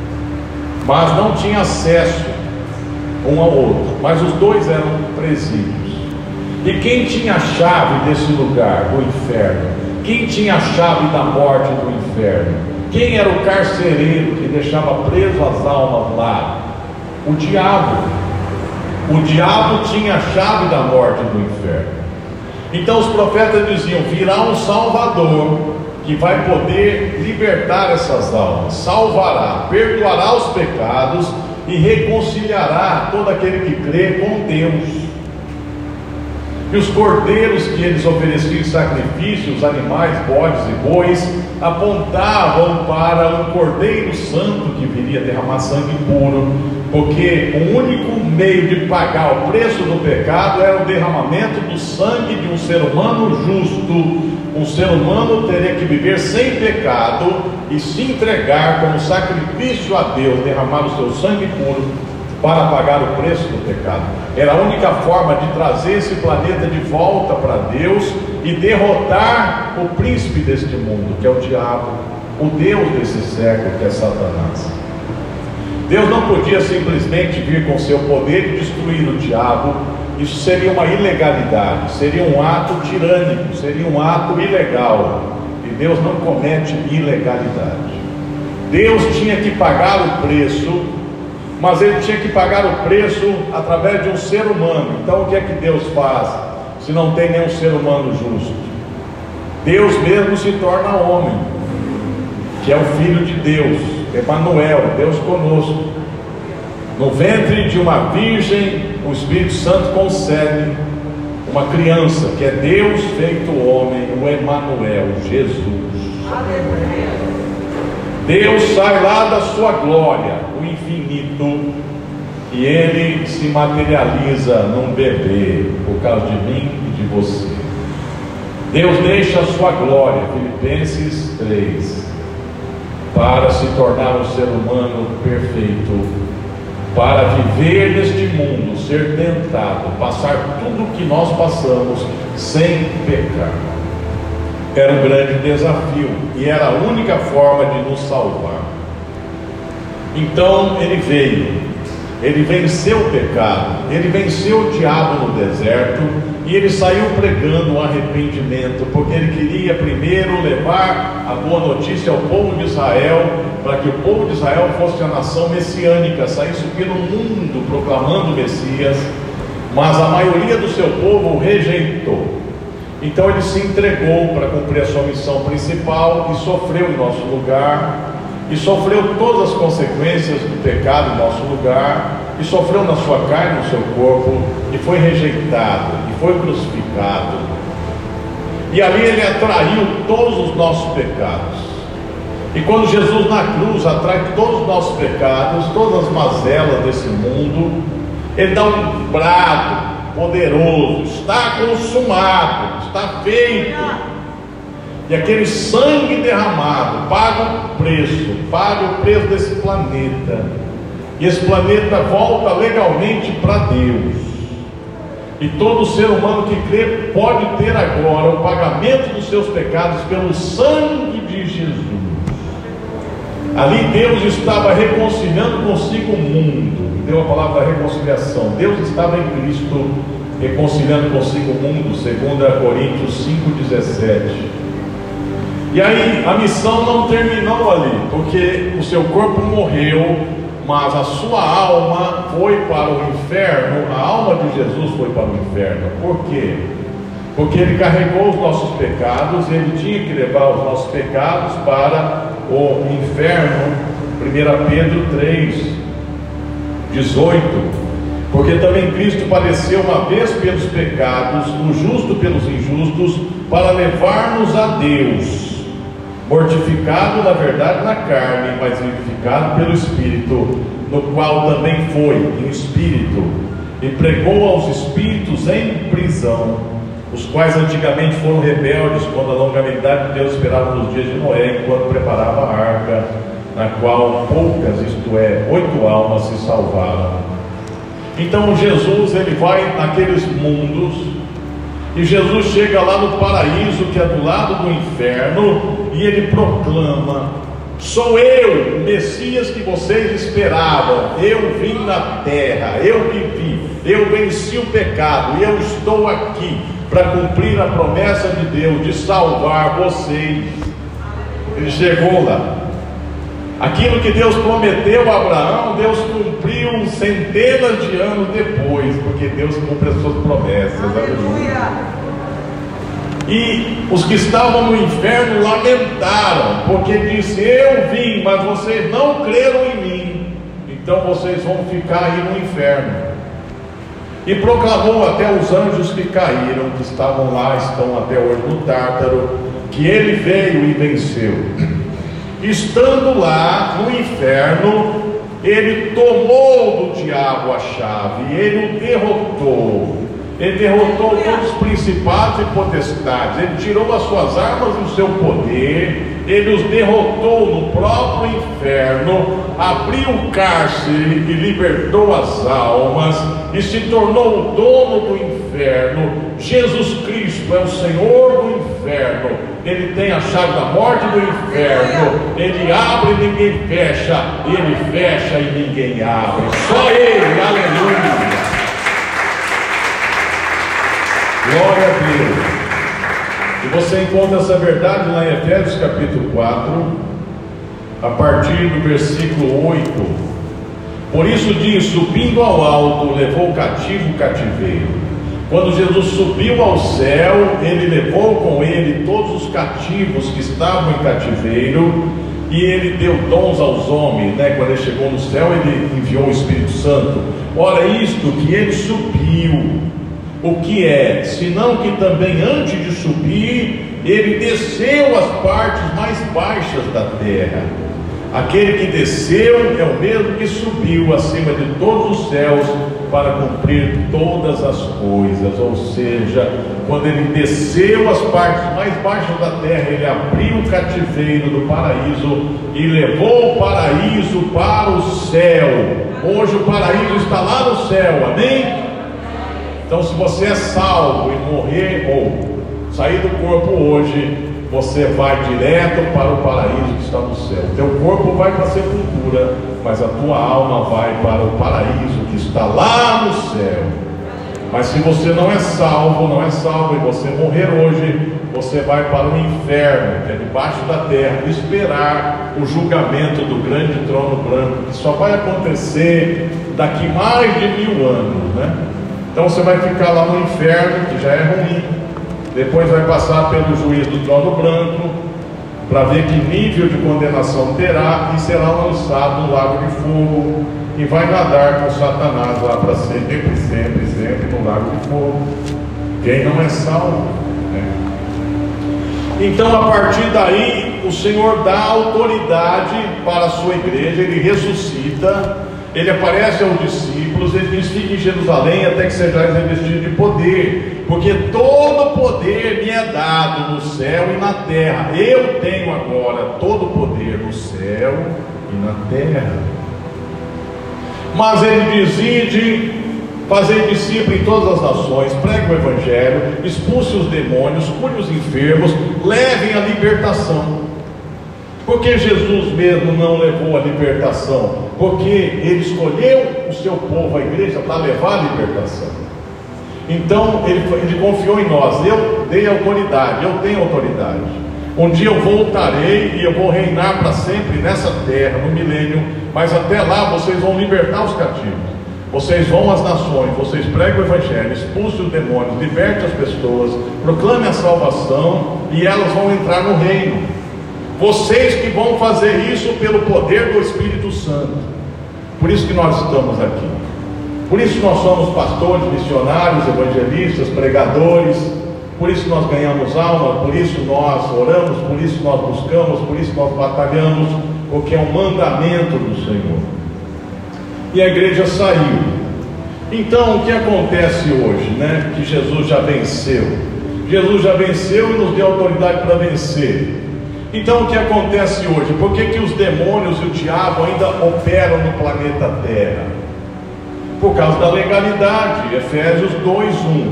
mas não tinha acesso um ao outro, mas os dois eram presídios. E quem tinha a chave desse lugar, do inferno? Quem tinha a chave da morte do inferno? Quem era o carcereiro que deixava preso as almas lá? O diabo. O diabo tinha a chave da morte do inferno. Então os profetas diziam: virá um Salvador que vai poder libertar essas almas, salvará, perdoará os pecados e reconciliará todo aquele que crê com Deus. E os cordeiros que eles ofereciam em sacrifício, os animais, bodes e bois, apontavam para um cordeiro santo que viria derramar sangue puro, porque o único meio de pagar o preço do pecado era o derramamento do sangue de um ser humano justo. Um ser humano teria que viver sem pecado e se entregar como sacrifício a Deus, derramar o seu sangue puro para pagar o preço do pecado. Era a única forma de trazer esse planeta de volta para Deus e derrotar o príncipe deste mundo, que é o diabo, o Deus desse século, que é Satanás. Deus não podia simplesmente vir com seu poder e destruir o diabo. Isso seria uma ilegalidade, seria um ato tirânico, seria um ato ilegal. E Deus não comete ilegalidade. Deus tinha que pagar o preço, mas Ele tinha que pagar o preço através de um ser humano. Então o que é que Deus faz, se não tem nenhum ser humano justo? Deus mesmo se torna homem, que é o Filho de Deus, Emanuel, Deus conosco. No ventre de uma virgem, o Espírito Santo concebe uma criança, que é Deus feito homem, o Emanuel, Jesus. Deus sai lá da sua glória, o infinito, e Ele se materializa num bebê, por causa de mim e de você. Deus deixa a sua glória, Filipenses 3, para se tornar um ser humano perfeito, para viver neste mundo, ser tentado, passar tudo o que nós passamos sem pecar. Era um grande desafio e era a única forma de nos salvar. Então Ele veio, Ele venceu o pecado, Ele venceu o diabo no deserto, e Ele saiu pregando o arrependimento, porque Ele queria primeiro levar a boa notícia ao povo de Israel, para que o povo de Israel fosse a nação messiânica, saísse pelo mundo proclamando o Messias. Mas a maioria do seu povo o rejeitou. Então Ele se entregou para cumprir a sua missão principal e sofreu em nosso lugar, e sofreu todas as consequências do pecado em nosso lugar, e sofreu na sua carne, no seu corpo, e foi rejeitado, e foi crucificado, e ali Ele atraiu todos os nossos pecados. E quando Jesus na cruz atrai todos os nossos pecados, todas as mazelas desse mundo, Ele dá um brado poderoso: está consumado, está feito. E aquele sangue derramado paga o preço desse planeta, e esse planeta volta legalmente para Deus, e todo ser humano que crê pode ter agora o pagamento dos seus pecados pelo sangue de Jesus. Ali Deus estava reconciliando consigo o mundo, deu a palavra reconciliação. Deus estava em Cristo reconciliando consigo o mundo, 2 Coríntios 5,17. E aí a missão não terminou ali, porque o seu corpo morreu, mas a sua alma foi para o inferno. A alma de Jesus foi para o inferno. Por quê? Porque Ele carregou os nossos pecados, Ele tinha que levar os nossos pecados para o inferno. 1 Pedro 3,18. Porque também Cristo padeceu uma vez pelos pecados, o justo pelos injustos, para levar-nos a Deus, mortificado na verdade na carne, mas vivificado pelo Espírito, no qual também foi em espírito, e pregou aos espíritos em prisão, os quais antigamente foram rebeldes, quando a longanimidade de Deus esperava nos dias de Noé, enquanto preparava a arca, na qual poucas, isto é, 8 almas se salvaram. Então Jesus, Ele vai naqueles mundos, e Jesus chega lá no paraíso, que é do lado do inferno, e Ele proclama: sou eu, o Messias que vocês esperavam. Eu vim na terra, eu vivi, eu venci o pecado, e eu estou aqui para cumprir a promessa de Deus de salvar vocês. Ele chegou lá. Aquilo que Deus prometeu a Abraão, Deus cumpriu centenas de anos depois, porque Deus cumpre as suas promessas. Aleluia. E os que estavam no inferno lamentaram, porque disse: eu vim, mas vocês não creram em mim, então vocês vão ficar aí no inferno. E proclamou até os anjos que caíram, que estavam lá, estão até hoje no Tártaro, que Ele veio e venceu. Estando lá no inferno, ele tomou do diabo a chave, ele o derrotou. Ele derrotou todos os principados e potestades, ele tirou as suas armas e o seu poder, ele os derrotou no próprio inferno, abriu o cárcere e libertou as almas, e se tornou o dono do inferno. Jesus Cristo é o Senhor do inferno, ele tem a chave da morte do inferno, ele abre e ninguém fecha, ele fecha e ninguém abre, só ele, aleluia. Glória a Deus. E você encontra essa verdade lá em Efésios capítulo 4, a partir do versículo 8. Por isso diz: subindo ao alto, levou cativo o cativeiro. Quando Jesus subiu ao céu, ele levou com ele todos os cativos que estavam em cativeiro, e ele deu dons aos homens, né? Quando ele chegou no céu, ele enviou o Espírito Santo. Ora, isto que ele subiu, o que é, senão que também antes de subir, ele desceu às partes mais baixas da terra. Aquele que desceu é o mesmo que subiu acima de todos os céus para cumprir todas as coisas. Ou seja, quando ele desceu às partes mais baixas da terra, ele abriu o cativeiro do paraíso e levou o paraíso para o céu. Hoje o paraíso está lá no céu, amém? Então, se você é salvo e morrer ou sair do corpo hoje, você vai direto para o paraíso que está no céu. Teu corpo vai para a sepultura, mas a tua alma vai para o paraíso que está lá no céu. Mas se você não é salvo e você morrer hoje, você vai para o inferno, que é debaixo da terra, esperar o julgamento do grande trono branco, que só vai acontecer daqui mais de 1000 anos, né? Então você vai ficar lá no inferno, que já é ruim. Depois vai passar pelo juiz do trono branco, para ver que nível de condenação terá, e será lançado no lago de fogo, e vai nadar com Satanás lá para sempre, sempre, sempre no lago de fogo. Quem não é salvo, né? Então, a partir daí, o Senhor dá autoridade para a sua igreja, ele ressuscita. Ele aparece aos discípulos, ele diz: fique em Jerusalém até que sejais revestidos de poder, porque todo poder me é dado no céu e na terra. Eu tenho agora todo o poder no céu e na terra. Mas ele diz: ide, fazei discípulos em todas as nações, pregue o evangelho, expulse os demônios, cure os enfermos, levem a libertação. Por que Jesus mesmo não levou a libertação? Porque ele escolheu o seu povo, a igreja, para levar a libertação. Então ele confiou em nós. Eu dei autoridade, eu tenho autoridade. Um dia eu voltarei e eu vou reinar para sempre nessa terra, no milênio. Mas até lá vocês vão libertar os cativos, vocês vão às nações, vocês pregam o evangelho, expulsem os demônios, libertem as pessoas, proclamem a salvação, e elas vão entrar no reino. Vocês que vão fazer isso pelo poder do Espírito Santo. Por isso que nós estamos aqui. Por isso nós somos pastores, missionários, evangelistas, pregadores. Por isso nós ganhamos alma, por isso nós oramos, por isso nós buscamos, por isso nós batalhamos, porque é um mandamento do Senhor. E a igreja saiu. Então, o que acontece hoje, né? Que Jesus já venceu. Jesus já venceu e nos deu autoridade para vencer. Então, o que acontece hoje? Por que os demônios e o diabo ainda operam no planeta Terra? Por causa da legalidade. Efésios 2:1.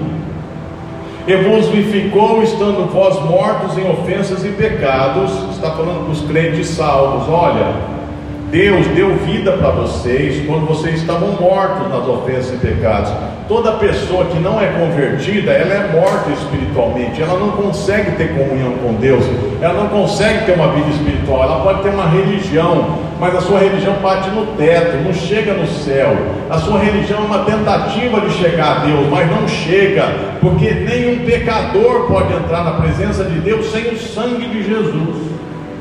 E vos vivificou, estando vós mortos em ofensas e pecados. Está falando para os crentes salvos. Olha, Deus deu vida para vocês quando vocês estavam mortos nas ofensas e pecados. Toda pessoa que não é convertida, ela é morta espiritualmente. Ela não consegue ter comunhão com Deus, ela não consegue ter uma vida espiritual. Ela pode ter uma religião, mas a sua religião bate no teto, não chega no céu. A sua religião é uma tentativa de chegar a Deus, mas não chega, porque nenhum pecador pode entrar na presença de Deus sem o sangue de Jesus.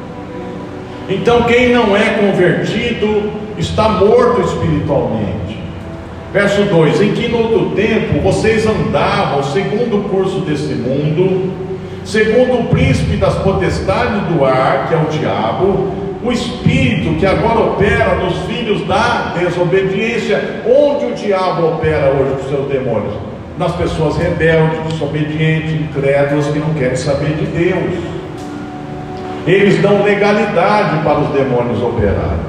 Então quem não é convertido está morto espiritualmente. Verso 2: em que no outro tempo vocês andavam segundo o curso desse mundo, segundo o príncipe das potestades do ar, que é o diabo, o espírito que agora opera nos filhos da desobediência. Onde o diabo opera hoje com seus demônios? Nas pessoas rebeldes, desobedientes, incrédulas, que não querem saber de Deus. Eles dão legalidade para os demônios operarem.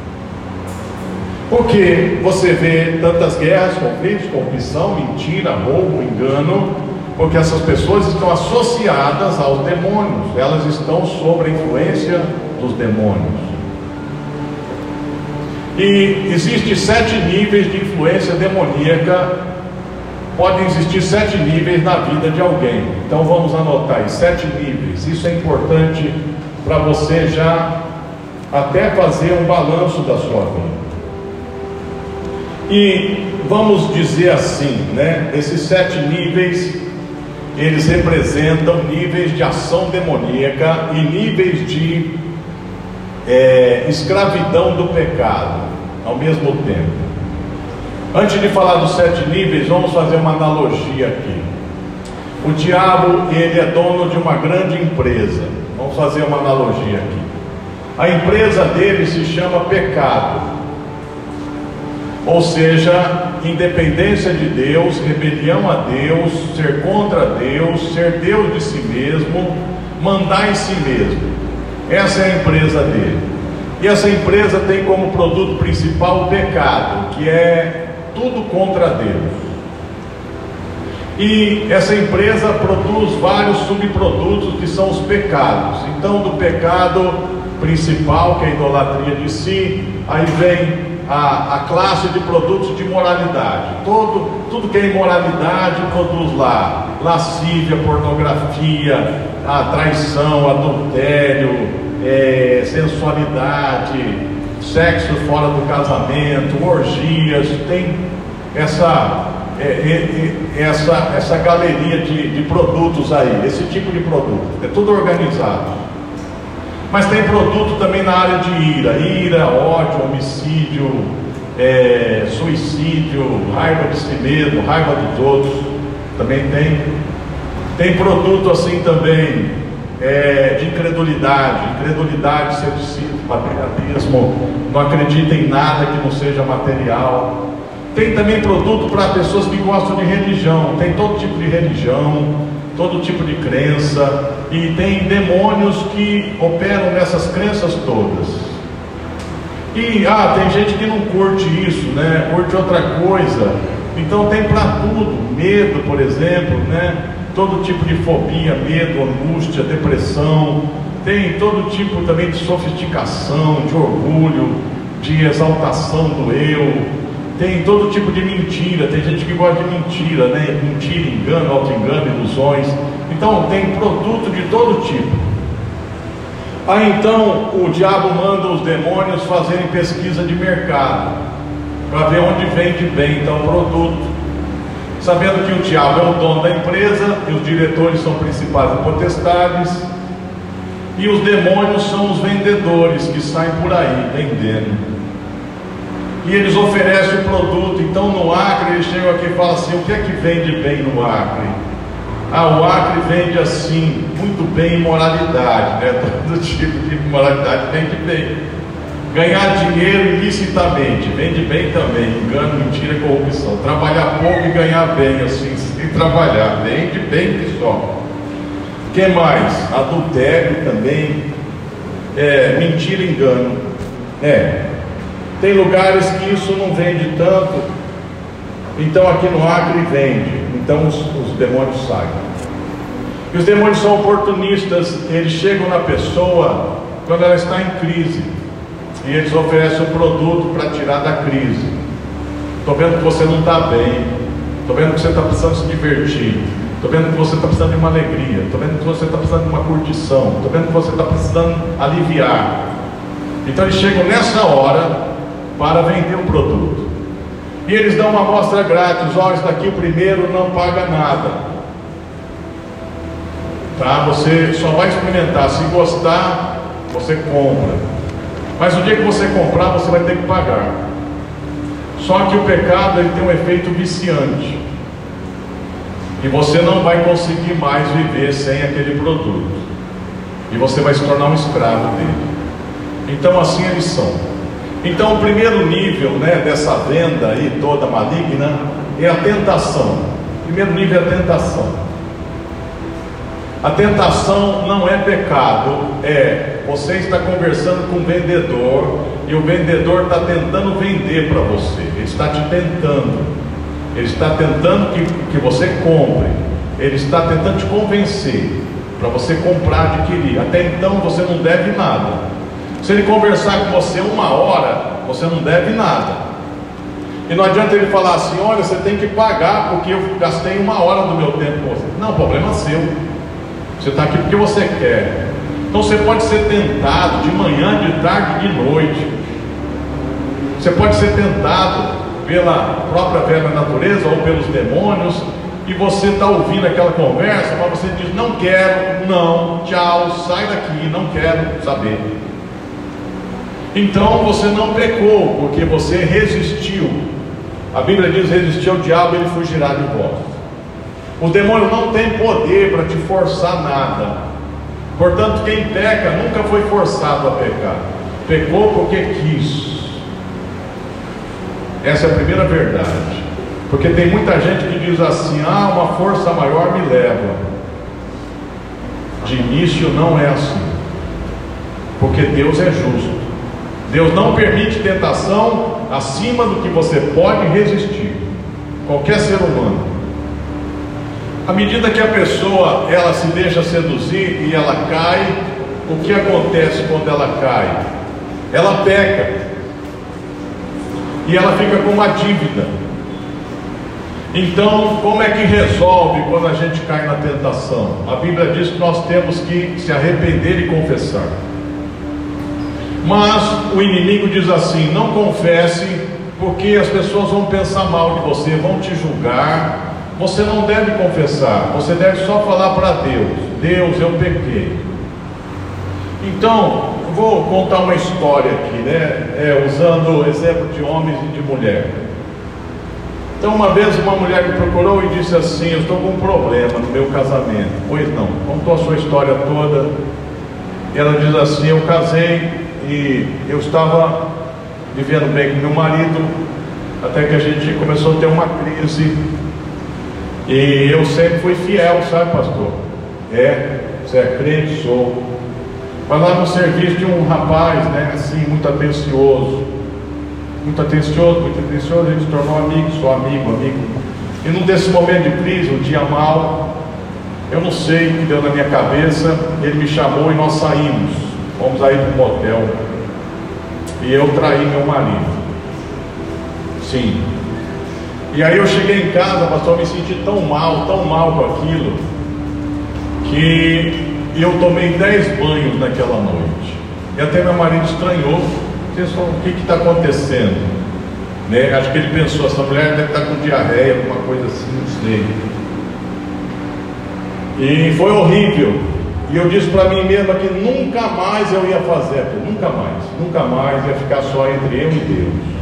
Porque você vê tantas guerras, conflitos, corrupção, mentira, roubo, engano, porque essas pessoas estão associadas aos demônios, elas estão sob a influência dos demônios. E existem 7 níveis de influência demoníaca. Podem existir 7 níveis na vida de alguém. Então vamos anotar aí, 7 níveis. Isso é importante para você já até fazer um balanço da sua vida. E vamos dizer assim, né? Esses 7 níveis, eles representam níveis de ação demoníaca e níveis de escravidão do pecado ao mesmo tempo. Antes de falar dos 7 níveis, vamos fazer uma analogia aqui. O diabo, ele é dono de uma grande empresa. Vamos fazer uma analogia aqui. A empresa dele se chama pecado. Ou seja, independência de Deus, rebelião a Deus, ser contra Deus, ser Deus de si mesmo, mandar em si mesmo. Essa é a empresa dele. E essa empresa tem como produto principal o pecado, que é tudo contra Deus. E essa empresa produz vários subprodutos que são os pecados. Então, do pecado principal, que é a idolatria de si, aí vem a classe de produtos de moralidade. Tudo que é imoralidade produz lá: lascívia, pornografia, a traição, adultério, sensualidade, sexo fora do casamento, orgias. Tem essa galeria de produtos aí, esse tipo de produto, é tudo organizado. Mas tem produto também na área de ira, ódio, homicídio, suicídio, raiva de si mesmo, raiva dos outros, também tem produto assim também, de incredulidade, ceticismo, materialismo, não acredita em nada que não seja material. Tem também produto para pessoas que gostam de religião, tem todo tipo de religião, todo tipo de crença, e tem demônios que operam nessas crenças todas. E tem gente que não curte isso, né? Curte outra coisa. Então tem para tudo, medo, por exemplo, né? Todo tipo de fobia, medo, angústia, depressão. Tem todo tipo também de sofisticação, de orgulho, de exaltação do eu. Tem todo tipo de mentira. Tem gente que gosta de mentira, né? Mentira, engano, auto-engano, ilusões. Então tem produto de todo tipo. Aí então o diabo manda os demônios fazerem pesquisa de mercado para ver onde vende bem então o produto, sabendo que o diabo é o dono da empresa e os diretores são principais e potestades, e os demônios são os vendedores que saem por aí vendendo, e eles oferecem o produto. Então no Acre eles chegam aqui e falam assim: o que é que vende bem no Acre? O Acre vende assim, muito bem, imoralidade, né? Todo tipo de imoralidade vende bem. Ganhar dinheiro ilicitamente vende bem também. Engano, mentira, corrupção. Trabalhar pouco e ganhar bem, assim, sem trabalhar, vende bem que só. O que mais? Adultério também, mentira, engano. Tem lugares que isso não vende tanto, então aqui no Acre vende. Então os demônios saem. E os demônios são oportunistas, eles chegam na pessoa quando ela está em crise, e eles oferecem o produto para tirar da crise. Estou vendo que você não está bem, estou vendo que você está precisando se divertir, estou vendo que você está precisando de uma alegria, estou vendo que você está precisando de uma curtição, estou vendo que você está precisando aliviar. Então eles chegam nessa hora para vender o produto. E eles dão uma amostra grátis: isso daqui o primeiro não paga nada, tá? Você só vai experimentar, se gostar você compra, mas no dia que você comprar você vai ter que pagar. Só que o pecado, ele tem um efeito viciante, e você não vai conseguir mais viver sem aquele produto, e você vai se tornar um escravo dele. Então assim eles são. Então o primeiro nível, né, dessa venda aí toda maligna é a tentação. O primeiro nível é a tentação. A tentação não é pecado, você está conversando com o vendedor e o vendedor está tentando vender para você, ele está te tentando, ele está tentando que você compre, ele está tentando te convencer para você comprar, adquirir. Até então você não deve nada. Se ele conversar com você 1 hora, você não deve nada. E não adianta ele falar assim: olha, você tem que pagar porque eu gastei 1 hora do meu tempo com você. Não, o problema é seu. Você está aqui porque você quer. Então você pode ser tentado de manhã, de tarde, de noite. Você pode ser tentado pela própria velha natureza ou pelos demônios, e você está ouvindo aquela conversa, mas você diz: não quero, não, tchau, sai daqui, não quero saber. Então você não pecou, porque você resistiu. A Bíblia diz: resistir ao diabo, ele fugirá de vós. O demônio não tem poder para te forçar nada. Portanto, quem peca nunca foi forçado a pecar, pecou porque quis. Essa é a primeira verdade. Porque tem muita gente que diz assim: ah, uma força maior me leva. De início não é assim, porque Deus é justo. Deus não permite tentação acima do que você pode resistir. Qualquer ser humano. À medida que a pessoa ela se deixa seduzir e ela cai, o que acontece quando ela cai? Ela peca e ela fica com uma dívida. Então, como é que resolve quando a gente cai na tentação? A Bíblia diz que nós temos que se arrepender e confessar. Mas o inimigo diz assim: não confesse, porque as pessoas vão pensar mal de você, vão te julgar. Você não deve confessar, você deve só falar para Deus: Deus, eu pequei. Então, vou contar uma história aqui, né? Usando o exemplo de homens e de mulher. Então, uma vez uma mulher me procurou e disse assim: eu estou com um problema no meu casamento. Pois não, contou a sua história toda. E ela diz assim: eu casei e eu estava vivendo bem com meu marido, até que a gente começou a ter uma crise. E eu sempre fui fiel, sabe, pastor? Você é crente? Sou. Mas lá no serviço de um rapaz, né, assim, muito atencioso, a gente se tornou amigo, sou amigo. E num desse momento de crise, um dia mal, eu não sei o que deu na minha cabeça, ele me chamou e nós saímos, fomos aí para um motel, e eu traí meu marido. Sim. E aí eu cheguei em casa, pastor, me senti tão mal com aquilo, que eu tomei 10 banhos naquela noite. E até meu marido estranhou: o que está acontecendo? Né? Acho que ele pensou: essa mulher deve estar com diarreia, alguma coisa assim, não sei. E foi horrível. E eu disse para mim mesmo que nunca mais eu ia fazer aquilo, nunca mais, ia ficar só entre eu e Deus.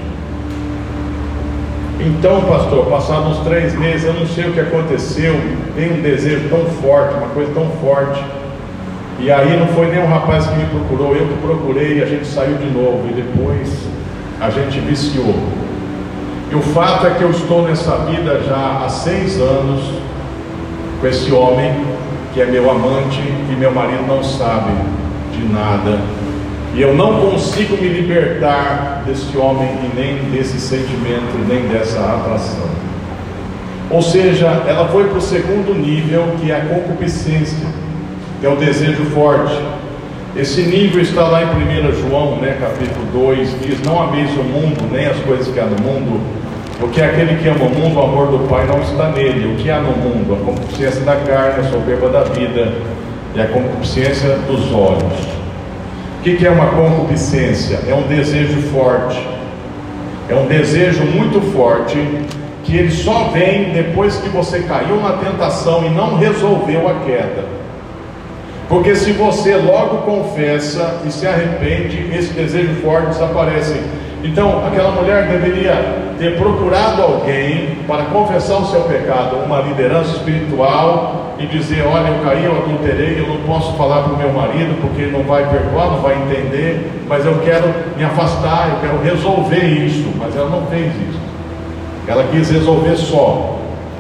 Então, pastor, passados uns 3 meses, eu não sei o que aconteceu, veio um desejo tão forte, uma coisa tão forte. E aí não foi nem um rapaz que me procurou, eu que procurei, e a gente saiu de novo, e depois a gente viciou. E o fato é que eu estou nessa vida já há 6 anos com esse homem que é meu amante, e meu marido não sabe de nada. E eu não consigo me libertar desse homem e nem desse sentimento, nem dessa atração. Ou seja, ela foi para o segundo nível, que é a concupiscência, que é o desejo forte. Esse nível está lá em 1 João, né, capítulo 2, diz: não ameis o mundo, nem as coisas que há no mundo, porque aquele que ama o mundo, o amor do Pai não está nele. O que há no mundo? A concupiscência da carne, a soberba da vida e a concupiscência dos olhos. O que é uma concupiscência? É um desejo forte, é um desejo muito forte, que ele só vem depois que você caiu na tentação e não resolveu a queda. Porque se você logo confessa e se arrepende, esse desejo forte desaparece. Então aquela mulher deveria ter procurado alguém para confessar o seu pecado, uma liderança espiritual, e dizer: olha, eu caí, eu adulterei, eu não posso falar para o meu marido porque ele não vai perdoar, não vai entender, mas eu quero me afastar, eu quero resolver isso. Mas ela não fez isso, ela quis resolver só.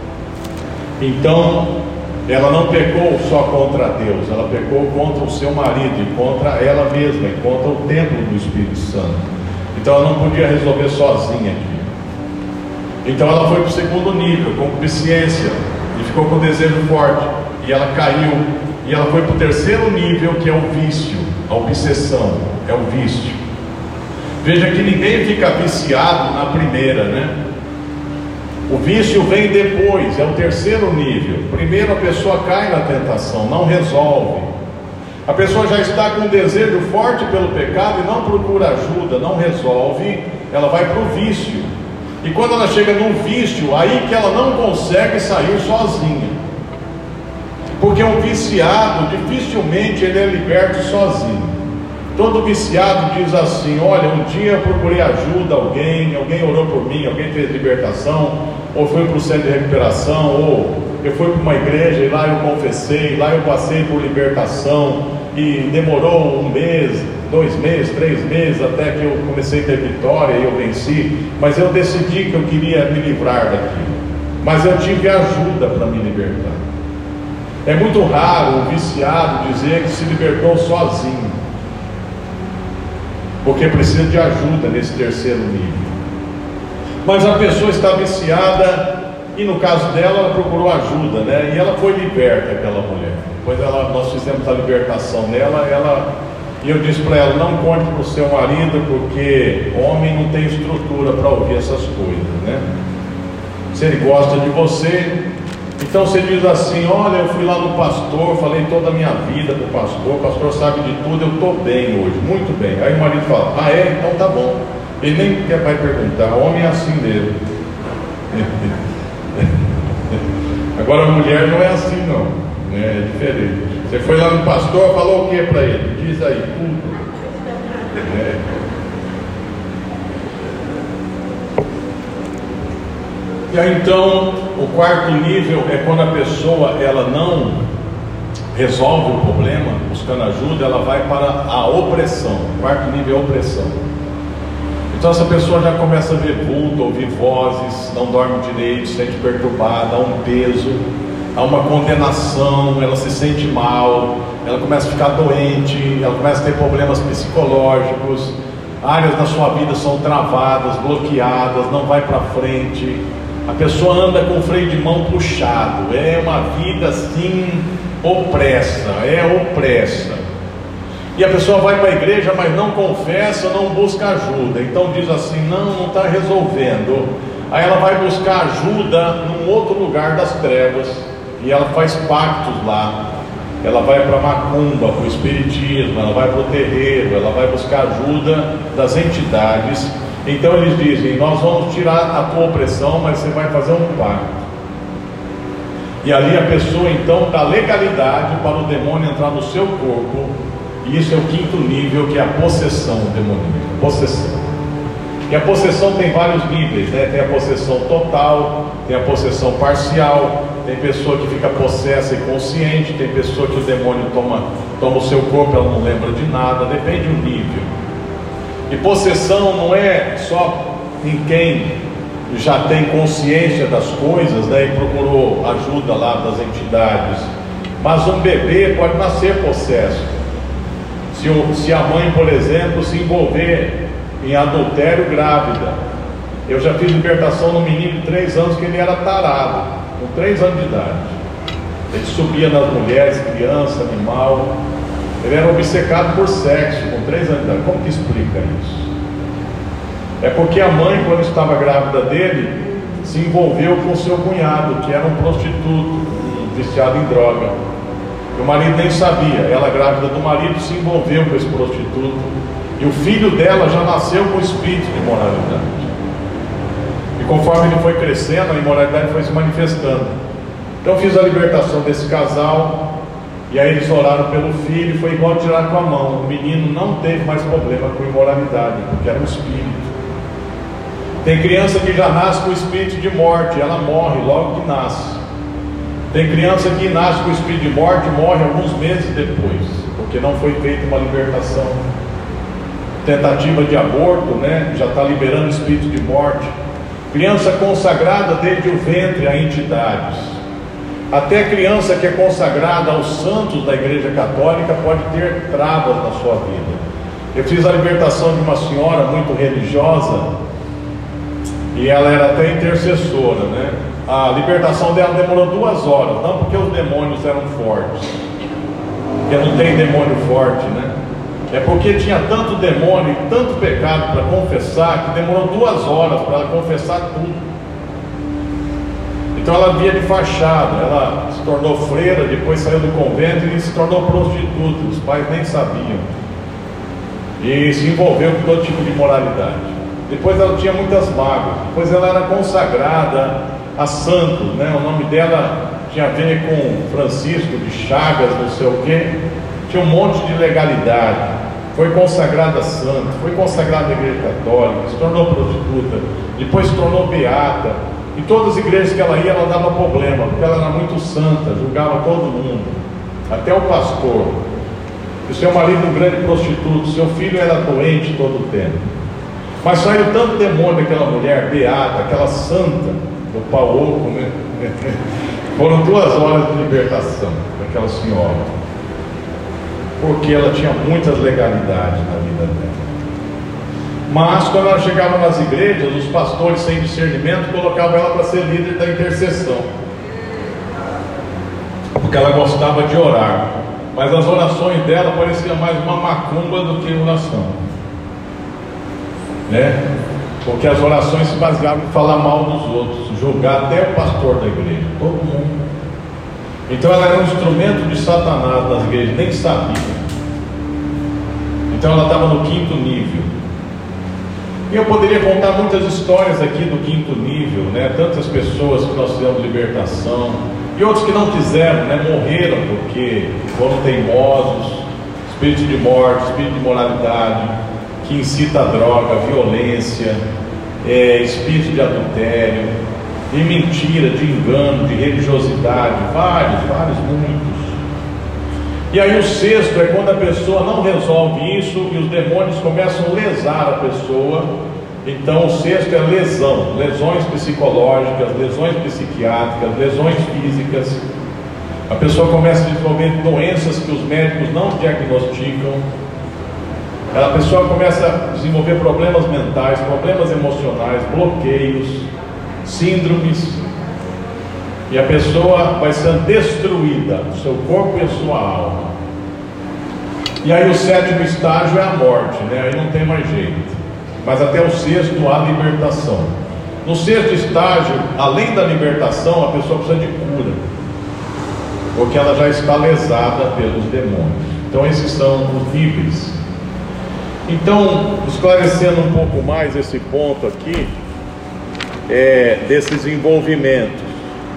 Então ela não pecou só contra Deus, ela pecou contra o seu marido e contra ela mesma e contra o templo do Espírito Santo. Então ela não podia resolver sozinha aqui. Então ela foi para o segundo nível, concupiscência, e ficou com desejo forte, e ela caiu. E ela foi para o terceiro nível, que é o vício, a obsessão, é o vício. Veja que ninguém fica viciado na primeira, né? O vício vem depois, é o terceiro nível. Primeiro a pessoa cai na tentação, não resolve. A pessoa já está com um desejo forte pelo pecado e não procura ajuda, não resolve, ela vai para o vício. E quando ela chega no vício, aí que ela não consegue sair sozinha. Porque um viciado, dificilmente ele é liberto sozinho. Todo viciado diz assim: olha, um dia eu procurei ajuda, alguém orou por mim, alguém fez libertação, ou fui para o centro de recuperação, ou eu fui para uma igreja e lá eu confessei, lá eu passei por libertação, e demorou 1 mês, 2 meses, 3 meses, até que eu comecei a ter vitória e eu venci, mas eu decidi que eu queria me livrar daquilo, mas eu tive ajuda para me libertar. É muito raro o viciado dizer que se libertou sozinho, porque precisa de ajuda nesse terceiro nível. Mas a pessoa está viciada, e no caso dela, ela procurou ajuda, né? E ela foi liberta, aquela mulher. Depois nós fizemos a libertação dela, e eu disse para ela: não conte para o seu marido, porque homem não tem estrutura para ouvir essas coisas, né? Se ele gosta de você, então você diz assim: olha, eu fui lá no pastor, falei toda a minha vida para o pastor sabe de tudo, eu estou bem hoje, muito bem. Aí o marido fala: ah é? Então tá bom. Ele nem vai perguntar, homem é assim mesmo. Agora a mulher não é assim não, né? É diferente. Você foi lá no pastor, falou o que para ele? Diz aí, tudo. E aí então, o quarto nível é quando a pessoa ela não resolve o problema, buscando ajuda, ela vai para a opressão. O quarto nível é a opressão. Então essa pessoa já começa a ver vulto, ouvir vozes, não dorme direito, se sente perturbada, há um peso, há uma condenação, ela se sente mal, ela começa a ficar doente, ela começa a ter problemas psicológicos, áreas da sua vida são travadas, bloqueadas, não vai para frente, a pessoa anda com o freio de mão puxado, é uma vida assim, opressa, e a pessoa vai para a igreja, mas não confessa, não busca ajuda, então diz assim: não está resolvendo. Aí ela vai buscar ajuda num outro lugar das trevas, e ela faz pactos lá, ela vai para a macumba, para o espiritismo, ela vai para o terreiro, ela vai buscar ajuda das entidades. Então eles dizem: nós vamos tirar a tua opressão, mas você vai fazer um pacto. E ali a pessoa então dá legalidade para o demônio entrar no seu corpo. E isso é o quinto nível, que é a possessão demoníaca. Possessão. E a possessão tem vários níveis, né? Tem a possessão total, tem a possessão parcial, tem pessoa que fica possessa e consciente, tem pessoa que o demônio toma o seu corpo, ela não lembra de nada, depende do nível. E possessão não é só em quem já tem consciência das coisas, né, e procurou ajuda lá das entidades, mas um bebê pode nascer possesso. Se a mãe, por exemplo, se envolver em adultério grávida. Eu já fiz libertação no menino de 3 anos que ele era tarado, com 3 anos de idade. Ele subia nas mulheres, criança, animal. Ele era obcecado por sexo, com 3 anos de idade. Como que explica isso? É porque a mãe, quando estava grávida dele, se envolveu com o seu cunhado, que era um prostituto, um viciado em droga. O marido nem sabia. Ela, grávida do marido, se envolveu com esse prostituto, e o filho dela já nasceu com espírito de imoralidade. E conforme ele foi crescendo, a imoralidade foi se manifestando. Então fiz a libertação desse casal, e aí eles oraram pelo filho, e foi igual tirar com a mão. O menino não teve mais problema com imoralidade, porque era um espírito. Tem criança que já nasce com espírito de morte, ela morre logo que nasce. Tem criança que nasce com o espírito de morte e morre alguns meses depois, porque não foi feita uma libertação. Tentativa de aborto, né? Já está liberando espírito de morte. Criança consagrada desde o ventre a entidades. Até criança que é consagrada aos santos da Igreja Católica pode ter travas na sua vida. Eu fiz a libertação de uma senhora muito religiosa e ela era até intercessora, né? A libertação dela demorou 2 horas, não porque os demônios eram fortes, porque não tem demônio forte, né? É porque tinha tanto demônio e tanto pecado para confessar que demorou 2 horas para ela confessar tudo. Então ela via de fachada, ela se tornou freira, depois saiu do convento e se tornou prostituta, os pais nem sabiam, e se envolveu com todo tipo de imoralidade. Depois ela tinha muitas mágoas, depois ela era consagrada a santo, né? O nome dela tinha a ver com Francisco de Chagas, não sei o que, tinha um monte de legalidade. Foi consagrada a santo, foi consagrada à Igreja Católica, se tornou prostituta, depois se tornou beata. Em todas as igrejas que ela ia, ela dava problema, porque ela era muito santa, julgava todo mundo, até o pastor. O seu marido um grande prostituto, seu filho era doente todo o tempo. Mas saiu tanto demônio daquela mulher beata, aquela santa, do pau oco, né? Foram 2 horas de libertação daquela senhora, porque ela tinha muitas legalidades na vida dela. Mas quando ela chegava nas igrejas, os pastores sem discernimento colocavam ela para ser líder da intercessão, porque ela gostava de orar, mas as orações dela pareciam mais uma macumba do que oração, né? Porque as orações se baseavam em falar mal dos outros, julgar até o pastor da igreja, todo mundo. Então ela era um instrumento de Satanás nas igrejas, nem sabia. Então ela estava no 5º nível. E eu poderia contar muitas histórias aqui do 5º nível, né? Tantas pessoas que nós fizemos libertação, e outros que não quiseram, né? Morreram porque foram teimosos, espírito de morte, espírito de imoralidade, que incita a droga, violência, espírito de adultério, de mentira, de engano, de religiosidade, vários, muitos. E aí o 6º é quando a pessoa não resolve isso e os demônios começam a lesar a pessoa. Então o 6º é lesão, lesões psicológicas, lesões psiquiátricas, lesões físicas. A pessoa começa a desenvolver doenças que os médicos não diagnosticam. A pessoa começa a desenvolver problemas mentais, problemas emocionais, bloqueios, síndromes, e a pessoa vai sendo destruída, o seu corpo e a sua alma. E aí o 7º estágio é a morte, né? Aí não tem mais jeito. Mas até o 6º há libertação. No 6º estágio, além da libertação, a pessoa precisa de cura, porque ela já está lesada pelos demônios. Então esses são os níveis. Então, esclarecendo um pouco mais esse ponto aqui, desses envolvimentos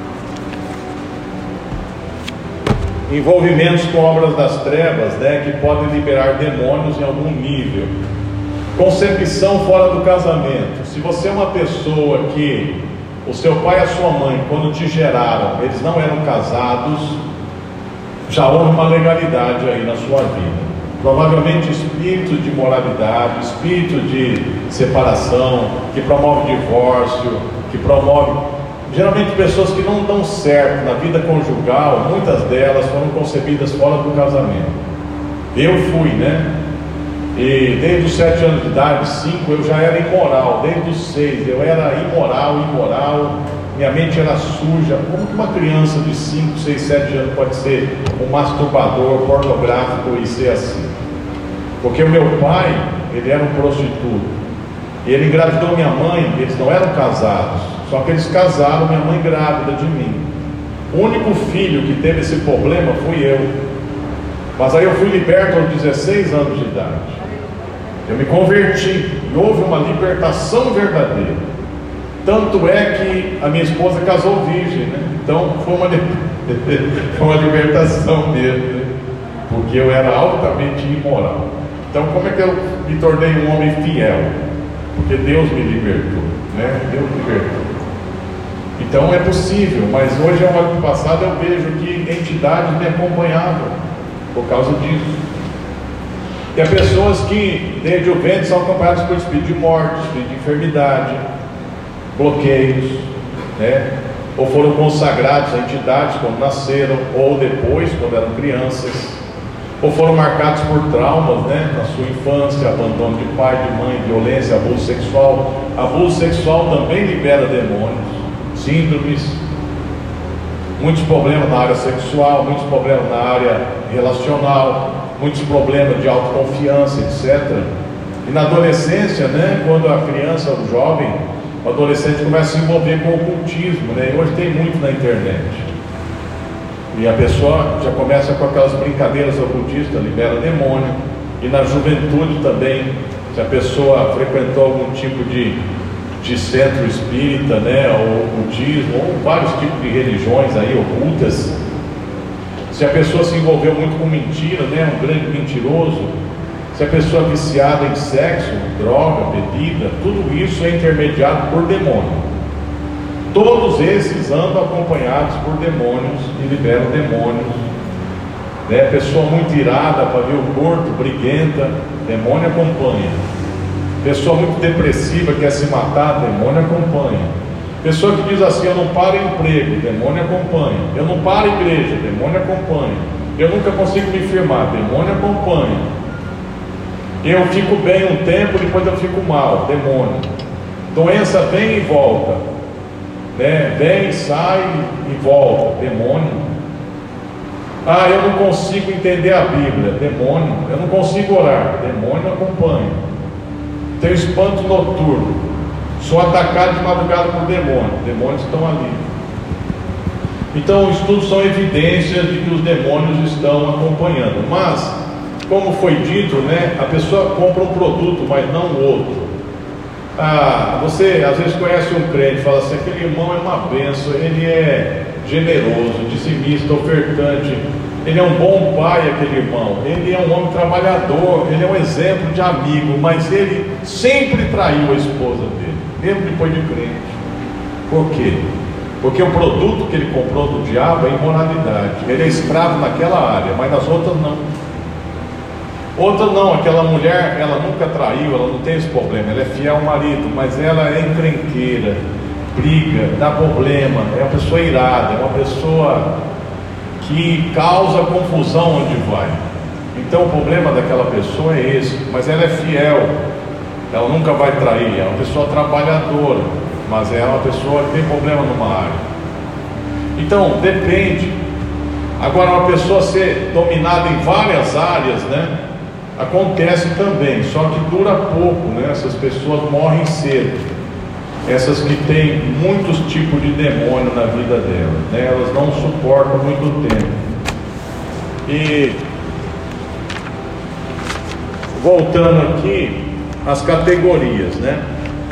com obras das trevas, né, que podem liberar demônios em algum nível. Concepção fora do casamento. Se você é uma pessoa que o seu pai e a sua mãe, quando te geraram, eles não eram casados, já houve uma legalidade aí na sua vida. Provavelmente espírito de moralidade, espírito de separação, que promove divórcio, que promove... Geralmente pessoas que não dão certo na vida conjugal, muitas delas foram concebidas fora do casamento. Eu fui, né? E desde os 7 anos de idade, 5, eu já era imoral. Desde os 6 eu era imoral. Minha mente era suja. Como que uma criança de 5, 6, 7 anos pode ser um masturbador, pornográfico e ser assim? Porque o meu pai, ele era um prostituto, e ele engravidou minha mãe. Eles não eram casados, só que eles casaram minha mãe grávida de mim. O único filho que teve esse problema fui eu. Mas aí eu fui liberto aos 16 anos de idade. Eu me converti e houve uma libertação verdadeira. Tanto é que a minha esposa casou virgem, né? Então foi uma libertação mesmo, né? Porque eu era altamente imoral. Então como é que eu me tornei um homem fiel? Porque Deus me libertou, né? Deus me libertou. Então é possível, mas hoje, ao ano passado, eu vejo que entidades me acompanhavam por causa disso. E há pessoas que, desde o ventre, são acompanhadas por espírito de morte, espírito de enfermidade, bloqueios, né? Ou foram consagrados a entidades quando nasceram, ou depois, quando eram crianças, ou foram marcados por traumas, né? Na sua infância, abandono de pai, de mãe, violência, abuso sexual. Abuso sexual também libera demônios, síndromes, muitos problemas na área sexual, muitos problemas na área relacional, muitos problemas de autoconfiança, etc. E na adolescência, né, quando a criança, o jovem, o adolescente começa a se envolver com o ocultismo, né, e hoje tem muito na internet, e a pessoa já começa com aquelas brincadeiras ocultistas, libera demônio. E na juventude também, se a pessoa frequentou algum tipo de centro espírita, né, ou ocultismo, ou vários tipos de religiões aí ocultas, se a pessoa se envolveu muito com mentira, né, um grande mentiroso, se a pessoa é viciada em sexo, droga, bebida, tudo isso é intermediado por demônio. Todos esses andam acompanhados por demônios e liberam demônios, né? Pessoa muito irada, pavio curto, briguenta, demônio acompanha. Pessoa muito depressiva, quer se matar, demônio acompanha. Pessoa que diz assim: eu não paro emprego, demônio acompanha. Eu não paro igreja, demônio acompanha. Eu nunca consigo me firmar, demônio acompanha. Eu fico bem um tempo, depois eu fico mal, demônio. Doença vem e volta, né? Vem, sai e volta, demônio. Ah, eu não consigo entender a Bíblia, demônio. Eu não consigo orar, demônio acompanha. Tenho espanto noturno, sou atacado de madrugada por demônio, demônios estão ali. Então os estudos são evidências de que os demônios estão acompanhando. Mas, como foi dito, né, a pessoa compra um produto, mas não o outro. Ah, você às vezes conhece um crente e fala assim: aquele irmão é uma bênção, ele é generoso, dizimista, ofertante, ele é um bom pai, aquele irmão, ele é um homem trabalhador, ele é um exemplo de amigo, mas ele sempre traiu a esposa dele, mesmo depois de crente. Por quê? Porque o produto que ele comprou do diabo é imoralidade. Ele é escravo naquela área, mas nas outras não. Outra não, aquela mulher, ela nunca traiu, ela não tem esse problema, ela é fiel ao marido, mas ela é encrenqueira, briga, dá problema, é uma pessoa irada, é uma pessoa que causa confusão onde vai. Então o problema daquela pessoa é esse, mas ela é fiel, ela nunca vai trair, é uma pessoa trabalhadora, mas é uma pessoa que tem problema numa área. Então depende. Agora, uma pessoa ser dominada em várias áreas, né, acontece também, só que dura pouco, né? Essas pessoas morrem cedo, essas que têm muitos tipos de demônio na vida delas, né? Elas não suportam muito tempo. E voltando aqui às categorias, né?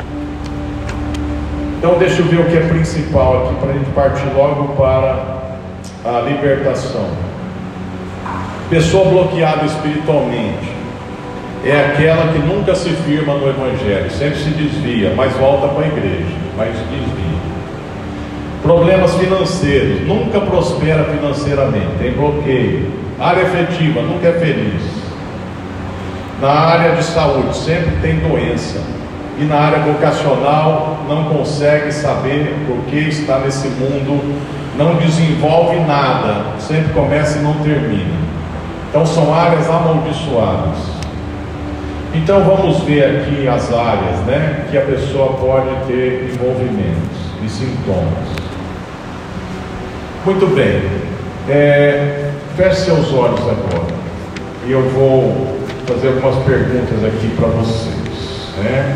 Então deixa eu ver o que é principal aqui para a gente partir logo para a libertação. Pessoa bloqueada espiritualmente é aquela que nunca se firma no Evangelho, sempre se desvia, mas volta para a igreja, mas desvia. Problemas financeiros, nunca prospera financeiramente, tem bloqueio. Área afetiva, nunca é feliz. Na área de saúde, sempre tem doença. E na área vocacional, não consegue saber por que está nesse mundo, não desenvolve nada, sempre começa e não termina. Então são áreas amaldiçoadas. Então vamos ver aqui as áreas, né, que a pessoa pode ter envolvimentos e sintomas. Muito bem, feche seus olhos agora e eu vou fazer algumas perguntas aqui para vocês, né?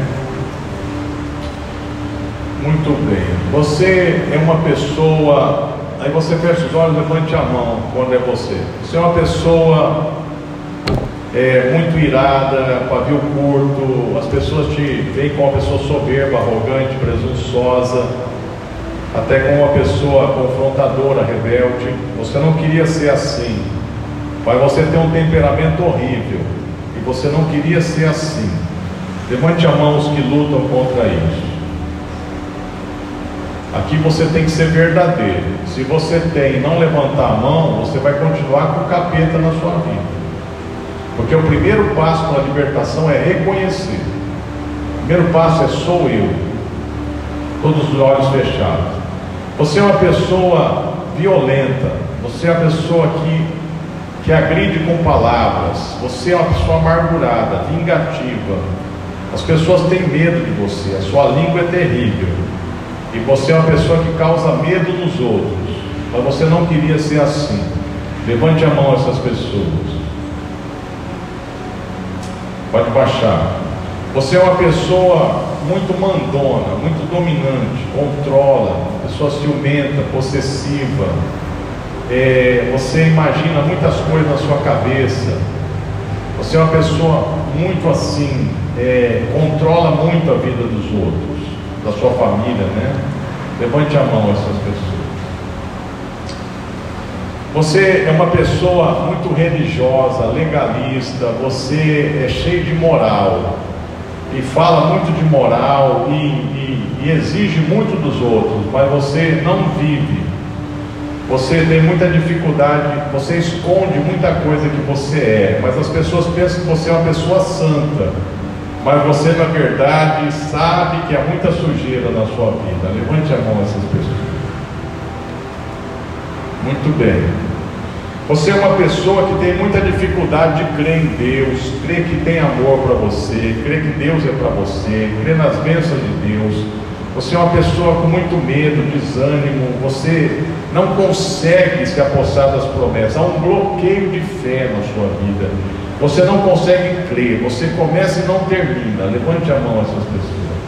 Muito bem, você é uma pessoa, aí você fecha os olhos, levante a mão quando é você. Você é uma pessoa muito irada, pavio curto, as pessoas te veem como uma pessoa soberba, arrogante, presunçosa, até como uma pessoa confrontadora, rebelde. Você não queria ser assim, mas você tem um temperamento horrível e você não queria ser assim. Levante a mão os que lutam contra isso. Aqui você tem que ser verdadeiro. Se você tem e não levantar a mão, você vai continuar com o capeta na sua vida. Porque o primeiro passo para a libertação é reconhecer. O primeiro passo é sou eu. Todos os olhos fechados. Você é uma pessoa violenta. Você é uma pessoa que agride com palavras. Você é uma pessoa amargurada, vingativa. As pessoas têm medo de você. A sua língua é terrível. E você é uma pessoa que causa medo nos outros. Mas você não queria ser assim. Levante a mão a essas pessoas. Pode baixar. Você é uma pessoa muito mandona, muito dominante, controla, pessoa ciumenta, possessiva. Você imagina muitas coisas na sua cabeça. Você é uma pessoa muito assim, controla muito a vida dos outros, da sua família, né? Levante a mão a essas pessoas. Você é uma pessoa muito religiosa, legalista. Você é cheio de moral e fala muito de moral e exige muito dos outros, mas você não vive. Você tem muita dificuldade, você esconde muita coisa que você é, mas as pessoas pensam que você é uma pessoa santa, mas você na verdade sabe que há muita sujeira na sua vida. Levante a mão a essas pessoas. Muito bem. Você é uma pessoa que tem muita dificuldade de crer em Deus, crer que tem amor para você, crer que Deus é para você, crer nas bênçãos de Deus. Você é uma pessoa com muito medo, desânimo, você não consegue se apossar das promessas, há um bloqueio de fé na sua vida. Você não consegue crer, você começa e não termina. Levante a mão a essas pessoas.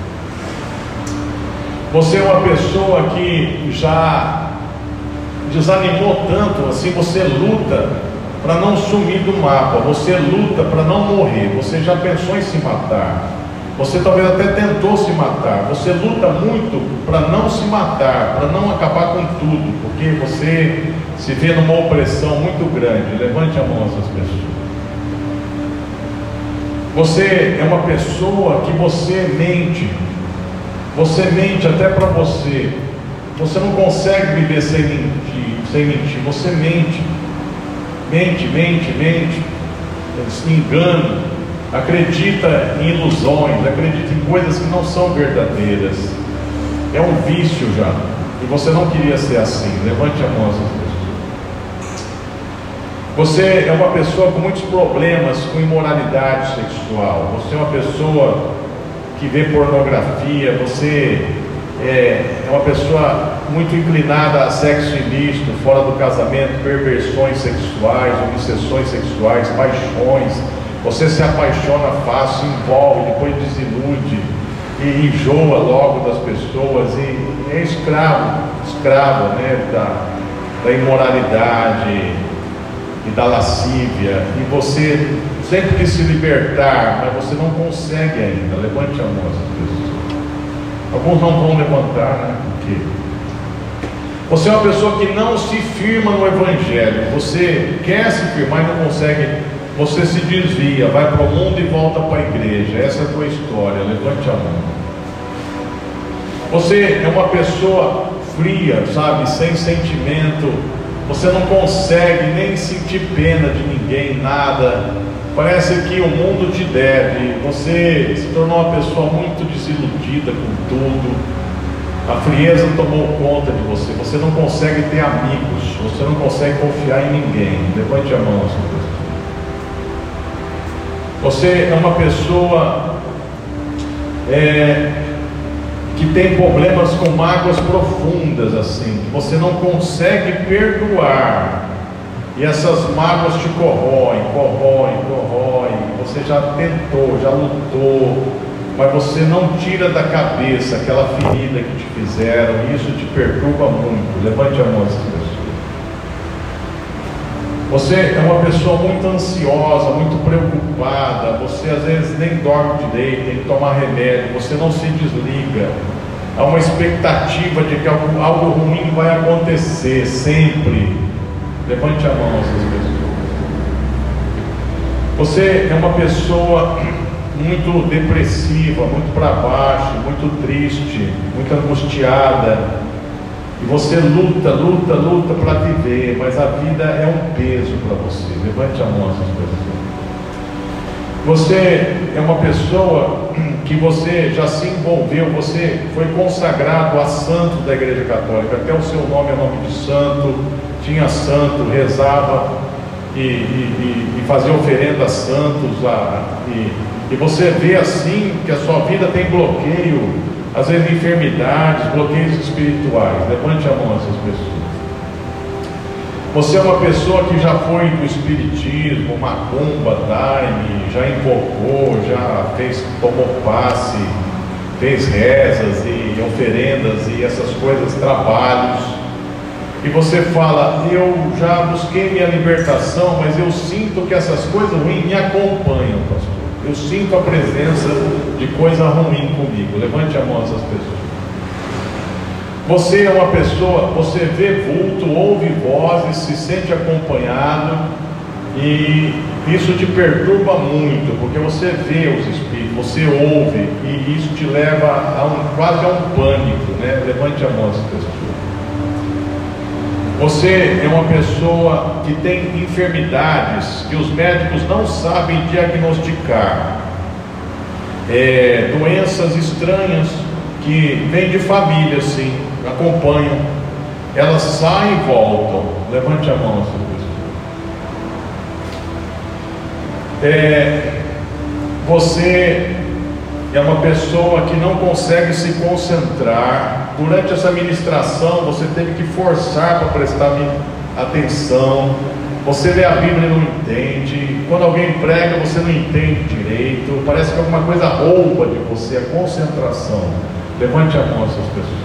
Você é uma pessoa que já desanimou tanto, assim, você luta para não sumir do mapa, você luta para não morrer, você já pensou em se matar, você talvez até tentou se matar, você luta muito para não se matar, para não acabar com tudo, porque você se vê numa opressão muito grande. Levante a mão a essas pessoas. Você é uma pessoa que você mente até para você. Você não consegue viver sem mentir, você mente, engana, acredita em ilusões, acredita em coisas que não são verdadeiras. É um vício já, e você não queria ser assim. Levante a mão a essas pessoas. Você é uma pessoa com muitos problemas com imoralidade sexual. Você é uma pessoa que vê pornografia, você é uma pessoa muito inclinada a sexo ilícito, fora do casamento, perversões sexuais, obsessões sexuais, paixões. Você se apaixona fácil, se envolve, depois desilude e enjoa logo das pessoas e é escravo, né, da imoralidade e da lascívia. E você sempre quis se libertar, mas você não consegue ainda. Levante a mão essas pessoas. Alguns não vão levantar, né? Por quê? Você é uma pessoa que não se firma no Evangelho. Você quer se firmar e não consegue. Você se desvia, vai para o mundo e volta para a igreja. Essa é a tua história. Levante a mão. Você é uma pessoa fria, sabe? Sem sentimento. Você não consegue nem sentir pena de ninguém, nada. Parece que o mundo te deve. Você se tornou uma pessoa muito desiludida com tudo. A frieza tomou conta de você. Você não consegue ter amigos. Você não consegue confiar em ninguém. Levante a mão, senhor. Você é uma pessoa que tem problemas com mágoas profundas, assim. Que você não consegue perdoar. E essas mágoas te corroem. Você já tentou, já lutou, mas você não tira da cabeça aquela ferida que te fizeram, e isso te perturba muito. Levante a mão essas pessoas. Você é uma pessoa muito ansiosa, muito preocupada. Você às vezes nem dorme direito, tem que tomar remédio, você não se desliga. Há uma expectativa de que algo ruim vai acontecer sempre. Levante a mão essas pessoas. Você é uma pessoa muito depressiva, muito para baixo, muito triste, muito angustiada. E você luta para viver, mas a vida é um peso para você. Levante a mão, essas pessoas. Você é uma pessoa que você já se envolveu, você foi consagrado a santo da Igreja Católica, até o seu nome é nome de santo, tinha santo, rezava e fazia oferenda a santos, e você vê assim que a sua vida tem bloqueio, às vezes enfermidades, bloqueios espirituais. Levante a mão essas pessoas. Você é uma pessoa que já foi do espiritismo, macumba, daime, já invocou, já tomou passe, fez rezas e oferendas e essas coisas, trabalhos. E você fala: eu já busquei minha libertação, mas eu sinto que essas coisas ruins me acompanham, pastor. Eu sinto a presença de coisa ruim comigo. Levante a mão essas pessoas. Você é uma pessoa, você vê vulto, ouve vozes, se sente acompanhado, e isso te perturba muito, porque você vê os espíritos, você ouve, e isso te leva quase a um pânico, né? Levante a mão essas pessoas. Você é uma pessoa que tem enfermidades que os médicos não sabem diagnosticar, doenças estranhas que vêm de família, sim, acompanham, elas saem e voltam. Levante a mão, você é uma pessoa que não consegue se concentrar. Durante essa ministração você teve que forçar para prestar atenção. Você lê a Bíblia e não entende. Quando alguém prega você não entende direito. Parece que alguma coisa rouba de você a concentração. Levante a mão essas pessoas.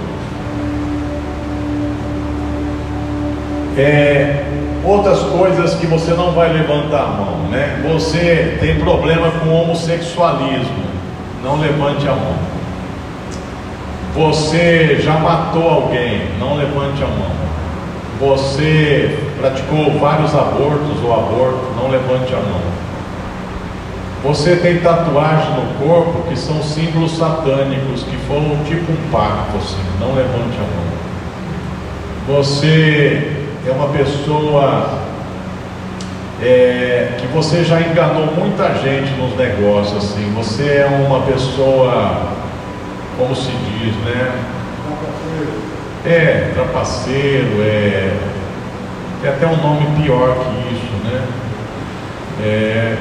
Outras coisas que você não vai levantar a mão, né? Você tem problema com homossexualismo, não levante a mão. Você já matou alguém, não levante a mão. Você praticou vários abortos ou aborto, não levante a mão. Você tem tatuagem no corpo que são símbolos satânicos, que foram tipo um pacto, assim, não levante a mão. Você é uma pessoa que você já enganou muita gente nos negócios, assim. Você é uma pessoa, como se diz, né? Trapaceiro, tem até um nome pior que isso, né?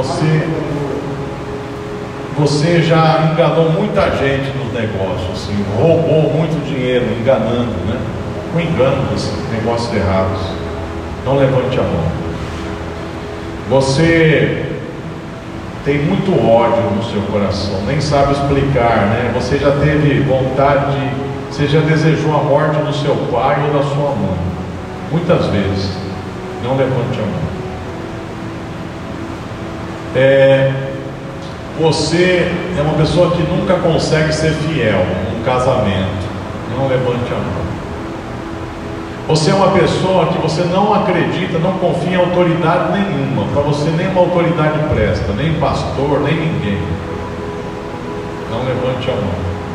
Você já enganou muita gente nos negócios, assim, roubou muito dinheiro, enganando, né? Com engano, assim, negócios errados. Não levante a mão. Você tem muito ódio no seu coração, nem sabe explicar, né? Você já teve vontade, você já desejou a morte do seu pai ou da sua mãe, muitas vezes. Não levante a mão. Você é uma pessoa que nunca consegue ser fiel num casamento. Não levante a mão. Você é uma pessoa que você não acredita, não confia em autoridade nenhuma. Para você nenhuma autoridade presta, nem pastor, nem ninguém. Não levante a mão.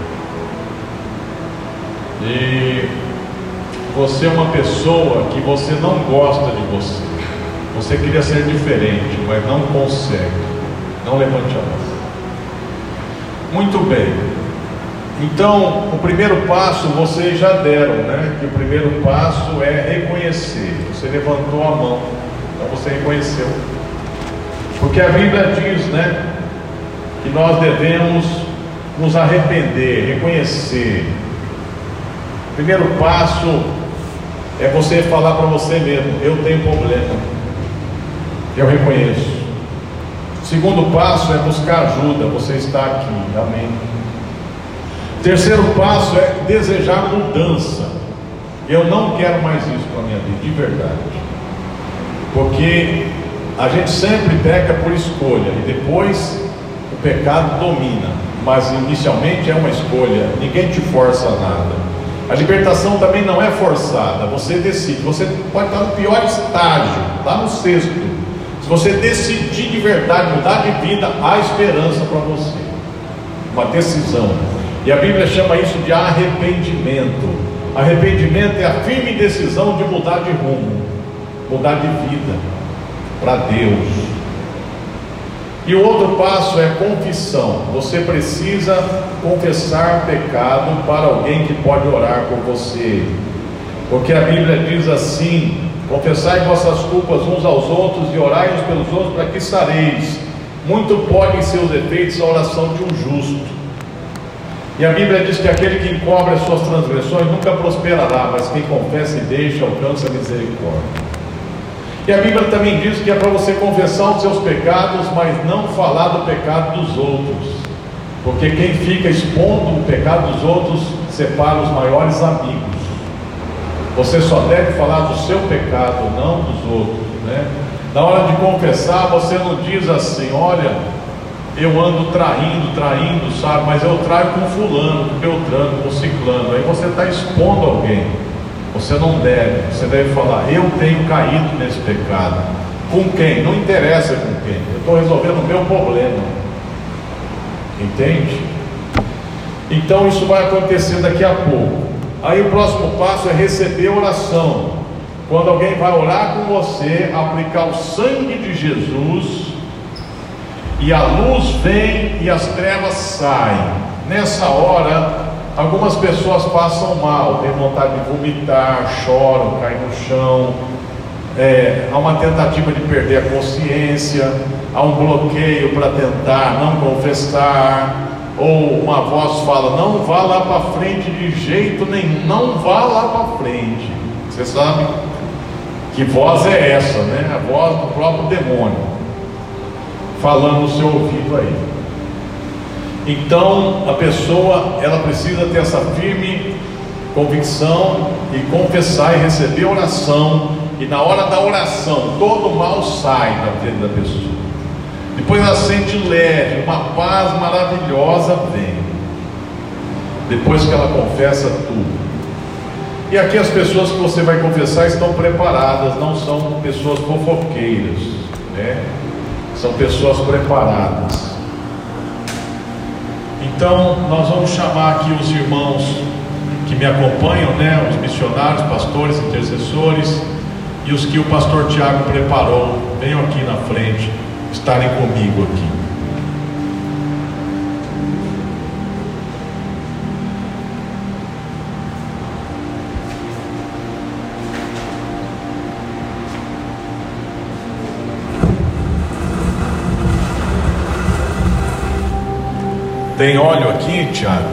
E você é uma pessoa que você não gosta de você. Você queria ser diferente, mas não consegue. Não levante a mão. Muito bem. Então, o primeiro passo vocês já deram, né? Que o primeiro passo é reconhecer. Você levantou a mão, então você reconheceu. Porque a Bíblia diz, né? Que nós devemos nos arrepender, reconhecer. O primeiro passo é você falar para você mesmo: eu tenho problema, eu reconheço. O segundo passo é buscar ajuda. Você está aqui, amém. Terceiro passo é desejar mudança. Eu não quero mais isso para a minha vida, de verdade. Porque a gente sempre peca por escolha e depois o pecado domina. Mas inicialmente é uma escolha, ninguém te força a nada. A libertação também não é forçada, você decide. Você pode estar no pior estágio, lá no sexto. Se você decidir de verdade mudar de vida, há esperança para você. Uma decisão. E a Bíblia chama isso de arrependimento. Arrependimento é a firme decisão de mudar de rumo, mudar de vida para Deus. E o outro passo é confissão. Você precisa confessar pecado para alguém que pode orar por você, porque a Bíblia diz assim: confessai vossas culpas uns aos outros e orai uns pelos outros para que sareis. Muito pode em seus efeitos a oração de um justo. E a Bíblia diz que aquele que encobre as suas transgressões nunca prosperará, mas quem confessa e deixa alcança a misericórdia. E a Bíblia também diz que é para você confessar os seus pecados, mas não falar do pecado dos outros, porque quem fica expondo o pecado dos outros separa os maiores amigos. Você só deve falar do seu pecado, não dos outros, né? Na hora de confessar, você não diz assim: olha, eu ando traindo, sabe? Mas eu traio com fulano, com beltrano, com ciclano. Aí você está expondo alguém. Você não deve. Você deve falar: eu tenho caído nesse pecado. Com quem? Não interessa com quem. Eu estou resolvendo o meu problema. Entende? Então isso vai acontecer daqui a pouco. Aí o próximo passo é receber oração. Quando alguém vai orar com você, aplicar o sangue de Jesus, e a luz vem e as trevas saem. Nessa hora, algumas pessoas passam mal, têm vontade de vomitar, choram, caem no chão, há uma tentativa de perder a consciência, há um bloqueio para tentar não confessar, ou uma voz fala: não vá lá para frente de jeito nenhum, não vá lá para frente. Você sabe que voz é essa, né? A voz do próprio demônio falando no seu ouvido aí. Então a pessoa, ela precisa ter essa firme convicção e confessar e receber oração, e na hora da oração todo o mal sai da vida da pessoa. Depois ela sente leve, uma paz maravilhosa vem, depois que ela confessa tudo. E aqui as pessoas que você vai confessar estão preparadas, não são pessoas fofoqueiras, né? São pessoas preparadas. Então nós vamos chamar aqui os irmãos que me acompanham, né? Os missionários, pastores, intercessores, e os que o pastor Tiago preparou, venham aqui na frente, estarem comigo aqui. Tem óleo aqui, Tiago?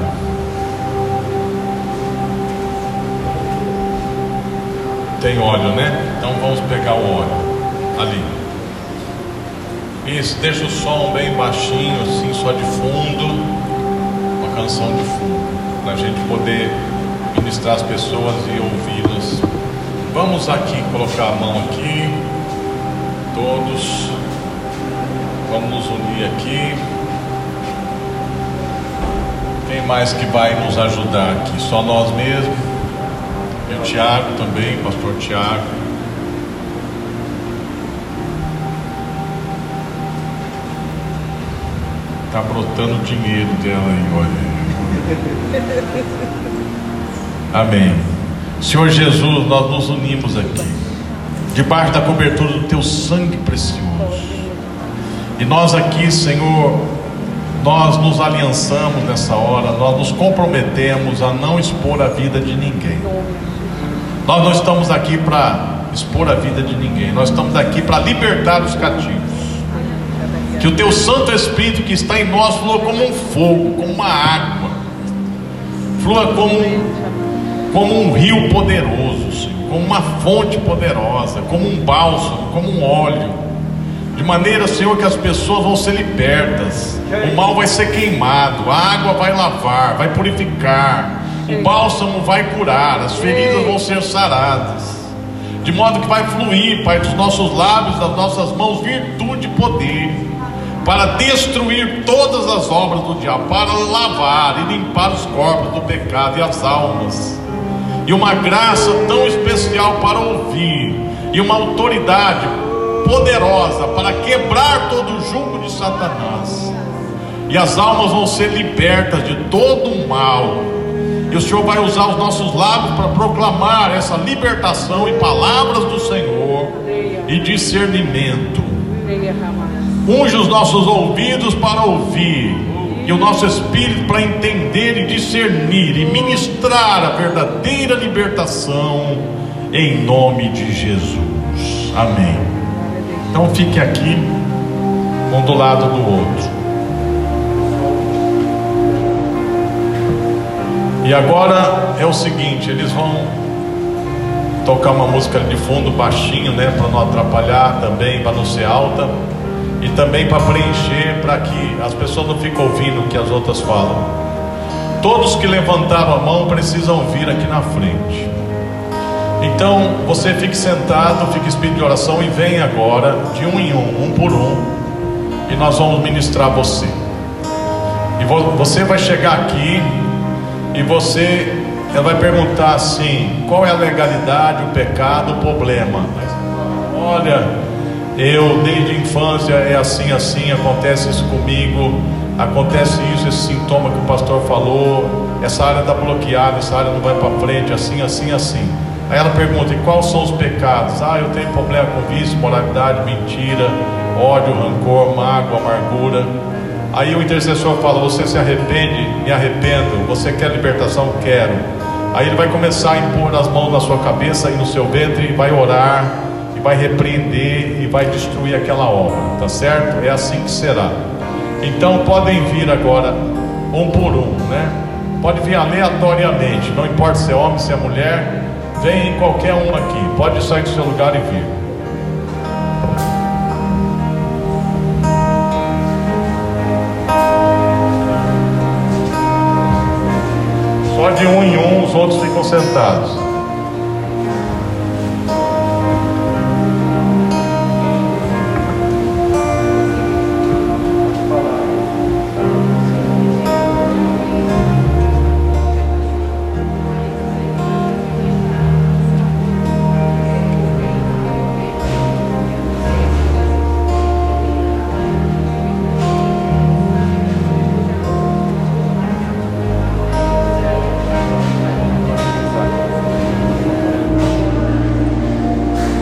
Tem óleo, né? Então vamos pegar o óleo ali. Isso, deixa o som bem baixinho, assim, só de fundo, uma canção de fundo, para a gente poder ministrar as pessoas e ouvi-las. Vamos aqui colocar a mão aqui, todos. Vamos nos unir aqui. Quem mais que vai nos ajudar aqui? Só nós mesmos. E o Tiago também, o pastor Tiago. Está brotando dinheiro dela aí, olha. Amém. Senhor Jesus, nós nos unimos aqui, debaixo da cobertura do Teu sangue precioso. E nós aqui, Senhor, nós nos aliançamos nessa hora, nós nos comprometemos a não expor a vida de ninguém. Nós não estamos aqui para expor a vida de ninguém, nós estamos aqui para libertar os cativos. Que o Teu Santo Espírito que está em nós flua como um fogo, como uma água, flua como um rio poderoso, Senhor, como uma fonte poderosa, como um bálsamo, como um óleo, de maneira, Senhor, que as pessoas vão ser libertas, o mal vai ser queimado, a água vai lavar, vai purificar, o bálsamo vai curar, as feridas vão ser saradas, de modo que vai fluir, Pai, dos nossos lábios, das nossas mãos, virtude e poder, para destruir todas as obras do diabo, para lavar e limpar os corpos do pecado e as almas, e uma graça tão especial para ouvir, e uma autoridade poderosa para quebrar todo o jugo de Satanás, e as almas vão ser libertas de todo o mal, E o Senhor vai usar os nossos lábios para proclamar essa libertação e palavras do Senhor e discernimento. Unge os nossos ouvidos para ouvir e o nosso espírito para entender e discernir e ministrar a verdadeira libertação em nome de Jesus. Amém. Então fique aqui, um do lado do outro. E agora é o seguinte, eles vão tocar uma música de fundo baixinho, né, para não atrapalhar também, para não ser alta, e também para preencher, para que as pessoas não fiquem ouvindo o que as outras falam. Todos que levantaram a mão precisam vir aqui na frente. Então você fique sentado, fique em espírito de oração e vem agora de um em um por um, e nós vamos ministrar você. E você vai chegar aqui e ela vai perguntar assim: qual é a legalidade, o pecado, o problema? Olha, eu desde a infância é assim, assim, acontece isso comigo, acontece isso, esse sintoma que o pastor falou, essa área está bloqueada, essa área não vai para frente, assim, assim, assim. Aí ela pergunta: e quais são os pecados? Eu tenho problema com vício, moralidade, mentira, ódio, rancor, mágoa, amargura. Aí o intercessor fala: você se arrepende? Me arrependo. Você quer libertação? Quero. Aí ele vai começar a impor as mãos na sua cabeça e no seu ventre, e vai orar, e vai repreender, e vai destruir aquela obra, tá certo? É assim que será. Então podem vir agora, um por um, né? Pode vir aleatoriamente, não importa se é homem, se é mulher, vem qualquer um aqui, pode sair do seu lugar e vir. Só de um em um, os outros ficam sentados.